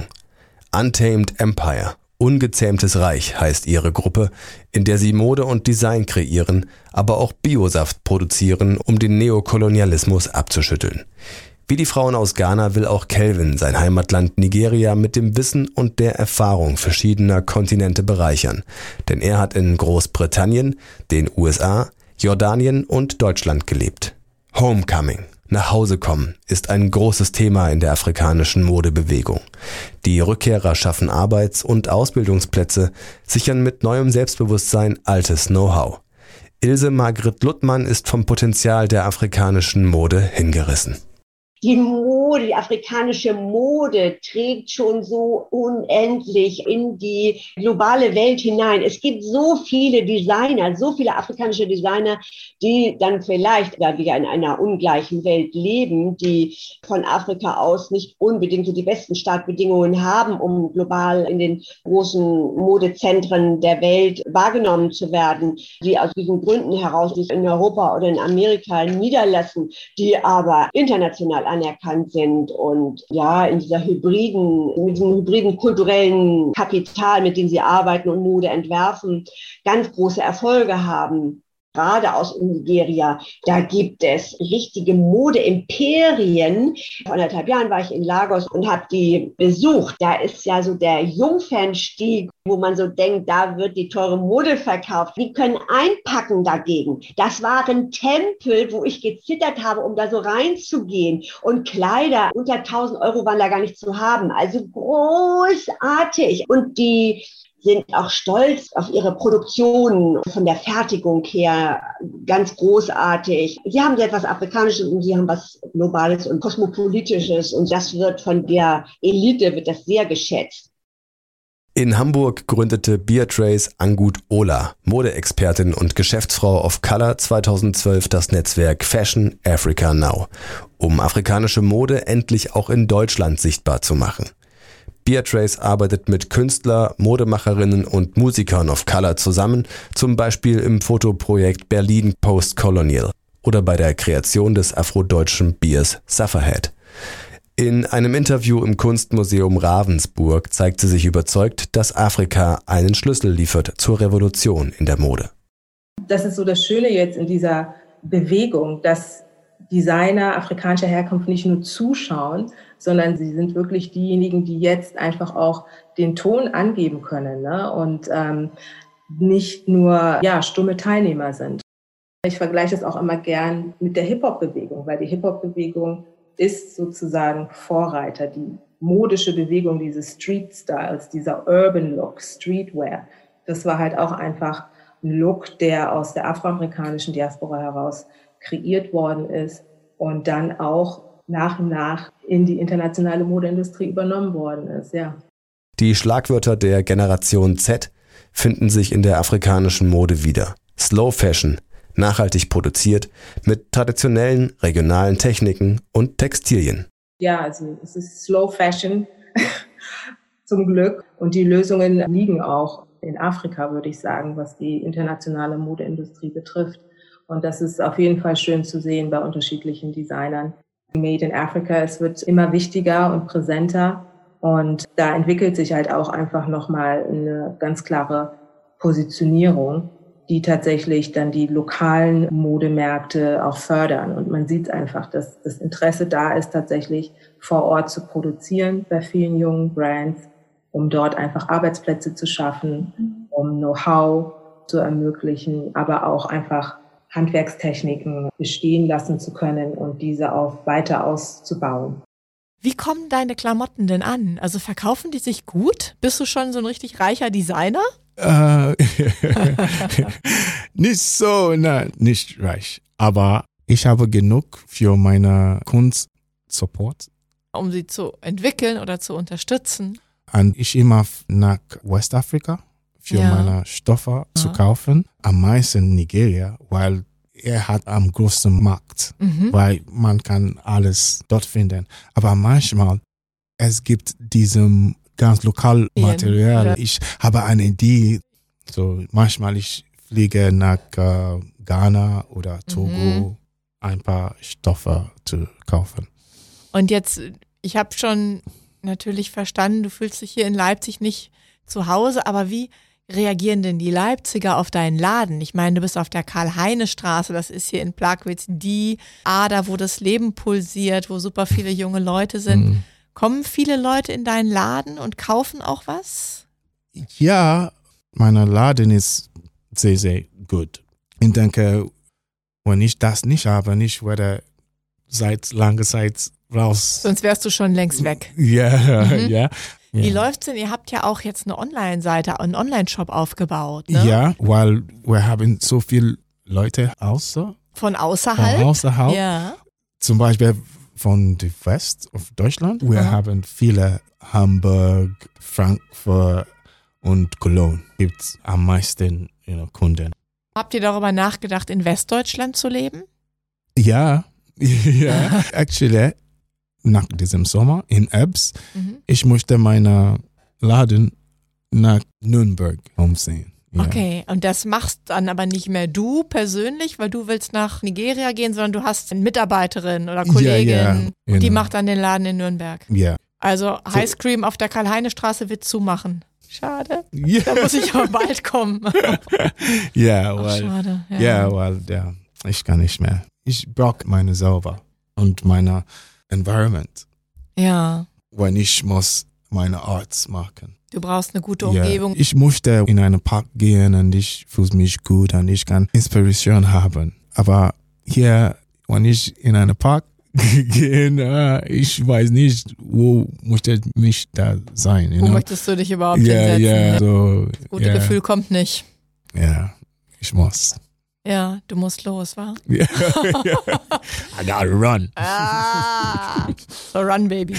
Untamed Empire, ungezähmtes Reich heißt ihre Gruppe, in der sie Mode und Design kreieren, aber auch Biosaft produzieren, um den Neokolonialismus abzuschütteln. Wie die Frauen aus Ghana will auch Calvin sein Heimatland Nigeria mit dem Wissen und der Erfahrung verschiedener Kontinente bereichern. Denn er hat in Großbritannien, den U S A, Jordanien und Deutschland gelebt. Homecoming, nach Hause kommen, ist ein großes Thema in der afrikanischen Modebewegung. Die Rückkehrer schaffen Arbeits- und Ausbildungsplätze, sichern mit neuem Selbstbewusstsein altes Know-how. Ilse Margrit Luttmann ist vom Potenzial der afrikanischen Mode hingerissen. Die Mode, die afrikanische Mode trägt schon so unendlich in die globale Welt hinein. Es gibt so viele Designer, so viele afrikanische Designer, die dann vielleicht, da wir in einer ungleichen Welt leben, die von Afrika aus nicht unbedingt so die besten Startbedingungen haben, um global in den großen Modezentren der Welt wahrgenommen zu werden, die aus diesen Gründen heraus sich in Europa oder in Amerika niederlassen, die aber international anerkannt sind und ja, in dieser hybriden, mit diesem hybriden kulturellen Kapital, mit dem sie arbeiten und Mode entwerfen, ganz große Erfolge haben. Gerade aus Nigeria, da gibt es richtige Modeimperien. Vor anderthalb Jahren war ich in Lagos und habe die besucht. Da ist ja so der Jungfernstieg, wo man so denkt, da wird die teure Mode verkauft. Die können einpacken dagegen. Das waren Tempel, wo ich gezittert habe, um da so reinzugehen. Und Kleider unter tausend Euro waren da gar nicht zu haben. Also großartig. Und die sind auch stolz auf ihre Produktionen von der Fertigung her, ganz großartig. Sie haben so etwas Afrikanisches und sie haben was Globales und Kosmopolitisches und das wird von der Elite, wird das sehr geschätzt. In Hamburg gründete Beatrice Angut Ola, Modeexpertin und Geschäftsfrau of Color, zweitausendzwölf das Netzwerk Fashion Africa Now, um afrikanische Mode endlich auch in Deutschland sichtbar zu machen. Beatrice arbeitet mit Künstler, Modemacherinnen und Musikern of Color zusammen, zum Beispiel im Fotoprojekt Berlin Post-Colonial oder bei der Kreation des afrodeutschen Biers Sufferhead. In einem Interview im Kunstmuseum Ravensburg zeigt sie sich überzeugt, dass Afrika einen Schlüssel liefert zur Revolution in der Mode. Das ist so das Schöne jetzt in dieser Bewegung, dass Designer afrikanischer Herkunft nicht nur zuschauen, sondern sie sind wirklich diejenigen, die jetzt einfach auch den Ton angeben können, ne? Und ähm, nicht nur ja, stumme Teilnehmer sind. Ich vergleiche es auch immer gern mit der Hip-Hop-Bewegung, weil die Hip-Hop-Bewegung ist sozusagen Vorreiter, die modische Bewegung, diese Street Styles, dieser Urban Look, Streetwear. Das war halt auch einfach ein Look, der aus der afroamerikanischen Diaspora heraus kreiert worden ist und dann auch nach und nach in die internationale Modeindustrie übernommen worden ist, ja. Die Schlagwörter der Generation Z finden sich in der afrikanischen Mode wieder. Slow Fashion, nachhaltig produziert, mit traditionellen, regionalen Techniken und Textilien. Ja, also es ist Slow Fashion, zum Glück. Und die Lösungen liegen auch in Afrika, würde ich sagen, was die internationale Modeindustrie betrifft. Und das ist auf jeden Fall schön zu sehen bei unterschiedlichen Designern. Made in Africa, es wird immer wichtiger und präsenter. Und da entwickelt sich halt auch einfach nochmal eine ganz klare Positionierung, die tatsächlich dann die lokalen Modemärkte auch fördern. Und man sieht einfach, dass das Interesse da ist, tatsächlich vor Ort zu produzieren bei vielen jungen Brands, um dort einfach Arbeitsplätze zu schaffen, um Know-how zu ermöglichen, aber auch einfach Handwerkstechniken bestehen lassen zu können und diese auch weiter auszubauen. Wie kommen deine Klamotten denn an? Also verkaufen die sich gut? Bist du schon so ein richtig reicher Designer? Äh, nicht so, nein, nicht reich. Aber ich habe genug für meine Kunst-Support. Um sie zu entwickeln oder zu unterstützen. Und ich immer nach Westafrika für ja. meine Stoffe ja. zu kaufen. Am meisten Nigeria, weil er hat am größten Markt, mhm. weil man kann alles dort finden. Aber manchmal, es gibt diesem ganz lokal Material. Ja. Ich habe eine Idee, so manchmal ich fliege nach äh, Ghana oder Togo, mhm. ein paar Stoffe zu kaufen. Und jetzt, ich habe schon natürlich verstanden, du fühlst dich hier in Leipzig nicht zu Hause, aber wie reagieren denn die Leipziger auf deinen Laden? Ich meine, du bist auf der Karl-Heine-Straße, das ist hier in Plagwitz die Ader, wo das Leben pulsiert, wo super viele junge Leute sind. Mhm. Kommen viele Leute in deinen Laden und kaufen auch was? Ja, mein Laden ist sehr, sehr gut. Ich denke, wenn ich das nicht habe, ich werde seit langer Zeit raus. Sonst wärst du schon längst weg. Ja, mhm. ja. Wie ja. läuft's denn? Ihr habt ja auch jetzt eine Online-Seite, einen Online-Shop aufgebaut, ne? Ja, weil wir haben so viele Leute außer. Von außerhalb? Von außerhalb. Ja. Zum Beispiel von der West of Deutschland. Wir mhm. haben viele Hamburg, Frankfurt und Cologne. Gibt am meisten you know, Kunden. Habt ihr darüber nachgedacht, in Westdeutschland zu leben? Ja, ja. Actually, nach diesem Sommer in Ebbs, mhm. ich möchte meinen Laden nach Nürnberg umsehen. Ja. Okay, und das machst dann aber nicht mehr du persönlich, weil du willst nach Nigeria gehen, sondern du hast eine Mitarbeiterin oder Kollegin, ja, ja, und die genau. macht dann den Laden in Nürnberg. Ja. Also so. High Cream auf der Karl-Heine-Straße wird zumachen. Schade. Ja. Da muss ich aber bald kommen. ja, Ach, weil, schade. Ja, ja, weil ja, ich kann nicht mehr. Ich brauche meine selber und meine Environment. Ja. Wenn ich muss meine Arts machen. Du brauchst eine gute Umgebung. Ja, ich möchte in einen Park gehen und ich fühle mich gut und ich kann Inspiration haben. Aber hier, wenn ich in einen Park gehen. Uh, ich weiß nicht, wo möchte mich da sein. You Wo know? möchtest du dich überhaupt Ja, hinsetzen? ja, so, Das gute ja. Gefühl kommt nicht. Ja, ich muss. Ja, du musst los, wa? Ja. I gotta run. Ah, so run, baby.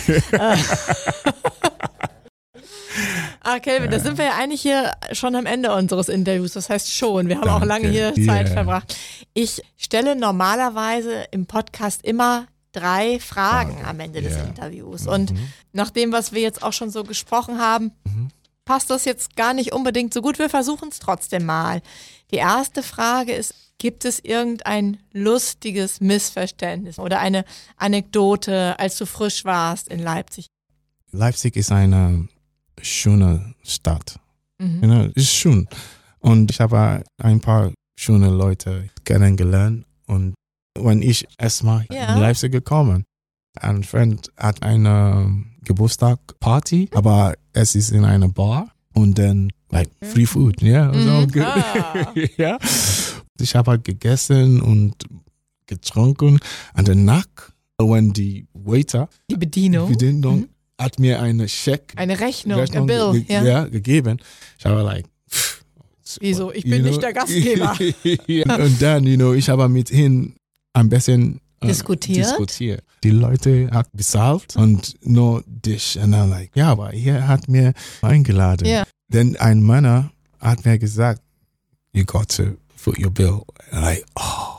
Ah, Kelvin, da sind wir ja eigentlich hier schon am Ende unseres Interviews. Das heißt schon, wir haben Danke. auch lange hier Zeit Yeah. verbracht. Ich stelle normalerweise im Podcast immer drei Fragen Frage. am Ende des Ja. Interviews. Und nach dem, was wir jetzt auch schon so gesprochen haben, passt das jetzt gar nicht unbedingt so gut. Wir versuchen es trotzdem mal. Die erste Frage ist, gibt es irgendein lustiges Missverständnis oder eine Anekdote, als du frisch warst in Leipzig? Leipzig ist eine schöne Stadt. Mhm. You know, ist schön. Und ich habe ein paar schöne Leute kennengelernt. Und wenn ich erstmal Ja. in Leipzig gekommen, ein Freund hat eine Geburtstagparty, aber es ist in einer Bar und dann like free food, yeah, it was all Mhm. good. Ah. ja. Ich habe halt gegessen und getrunken. Und danach, when die Waiter, Die Bedienung, die Bedienung hat mir eine Scheck eine Rechnung, Rechnung a Bill. ge Ja. ja, gegeben. Ich habe like, pff, Wieso? Ich you bin know, nicht der Gastgeber. ja. Und dann, you know, ich habe mit ihm ein bisschen äh, Diskutiert? diskutiert. Die Leute hat bezahlt und nur dich. Und dann like, ja, aber er hat mir eingeladen. Ja. Denn ein Mann hat mir gesagt, you got to foot your bill. And like, oh.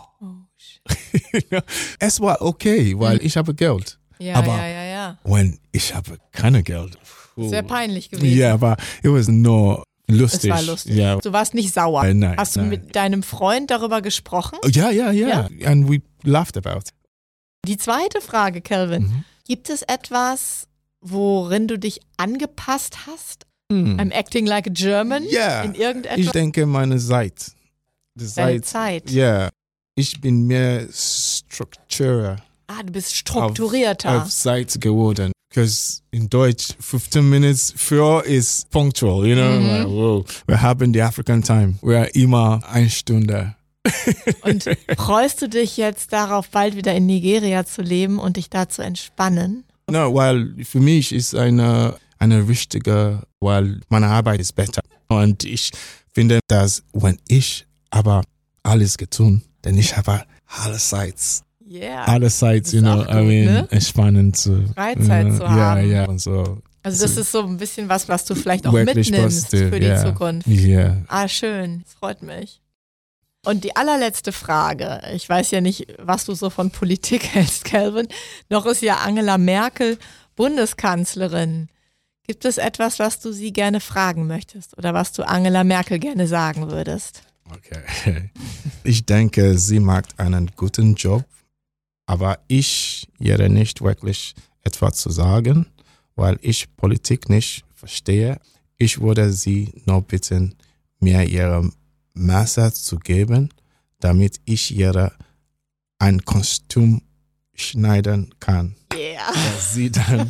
Es war okay, weil ich habe Geld. Ja, aber ja, ja, ja. wenn ich habe keine Geld. Sehr peinlich gewesen. Ja, aber it was nur Es lustig. war lustig. Ja, Du warst nicht sauer. Äh, nein, Hast du nein. mit deinem Freund darüber gesprochen? ja, ja, ja. And we laughed about it. Die zweite Frage, Kelvin. Mhm. Gibt es etwas, worin du dich angepasst hast? Hm. I'm acting like a German? Ja. In irgendetwas? Ich denke, meine Zeit. Die Deine Zeit. Zeit. Ja. Ich bin mehr Struktur Ah, du bist strukturierter. auf Zeit geworden. Because in Deutsch, fifteen minutes für ist punctual, you know? Mhm. Like, wow. Wir haben die African time. Wir are immer eine Stunde. Und freust du dich jetzt darauf, bald wieder in Nigeria zu leben und dich da zu entspannen? No, weil für mich ist eine, eine wichtige, weil meine Arbeit ist besser. Und ich finde, dass wenn ich aber alles getan, denn ich habe alle Zeit. Yeah. Alle Zeit, you know, auch gut, I mean, ne? entspannen zu. Freizeit you zu know, haben. Ja, ja, und so. Also das ist so ein bisschen was, was du vielleicht auch Wirklich mitnimmst positiv, für die ja. Zukunft. Ja. Ah, schön. Das freut mich. Und die allerletzte Frage. Ich weiß ja nicht, was du so von Politik hältst, Kelvin. Noch ist ja Angela Merkel Bundeskanzlerin. Gibt es etwas, was du sie gerne fragen möchtest oder was du Angela Merkel gerne sagen würdest? Okay. Ich denke, sie macht einen guten Job, aber ich hätte nicht wirklich etwas zu sagen, weil ich Politik nicht verstehe. Ich würde sie nur bitten, mir ihre Messer zu geben, damit ich ihr ein Kostüm schneiden kann, Yeah. das sie dann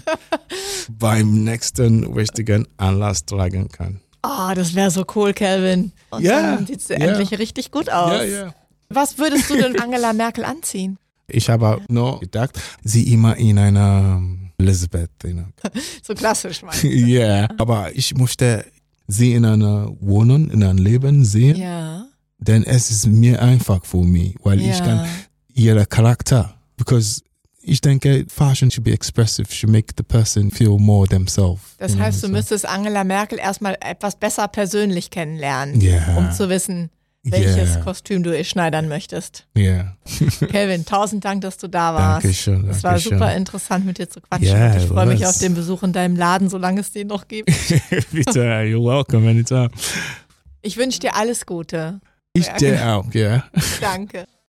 beim nächsten wichtigen Anlass tragen kann. Oh, das wäre so cool, Kelvin. Und Ja, dann sieht sie ja. endlich richtig gut aus. Ja, ja. Was würdest du denn Angela Merkel anziehen? Ich habe nur gedacht, sie immer in einer Elizabeth. You know. So klassisch, meinst du? Ja, aber ich musste sie in einer Wohnung, in einem Leben sehen, Ja. denn es ist mir einfach für mich, weil ich Ja. kann ihre Charakter, because ich denke, fashion should be expressive, should make the person feel more themselves. Das you know, heißt, du so. müsstest Angela Merkel erstmal etwas besser persönlich kennenlernen, Ja. um zu wissen, welches Ja. Kostüm du ihr schneidern möchtest. Ja. Kelvin, tausend Dank, dass du da warst. Dankeschön, Es war Dankeschön. super interessant, mit dir zu quatschen. Ja, Und ich freue mich was? auf den Besuch in deinem Laden, solange es den noch gibt. Bitte, you're welcome anytime. Ich wünsche dir alles Gute. Ich dir auch, ja. Danke.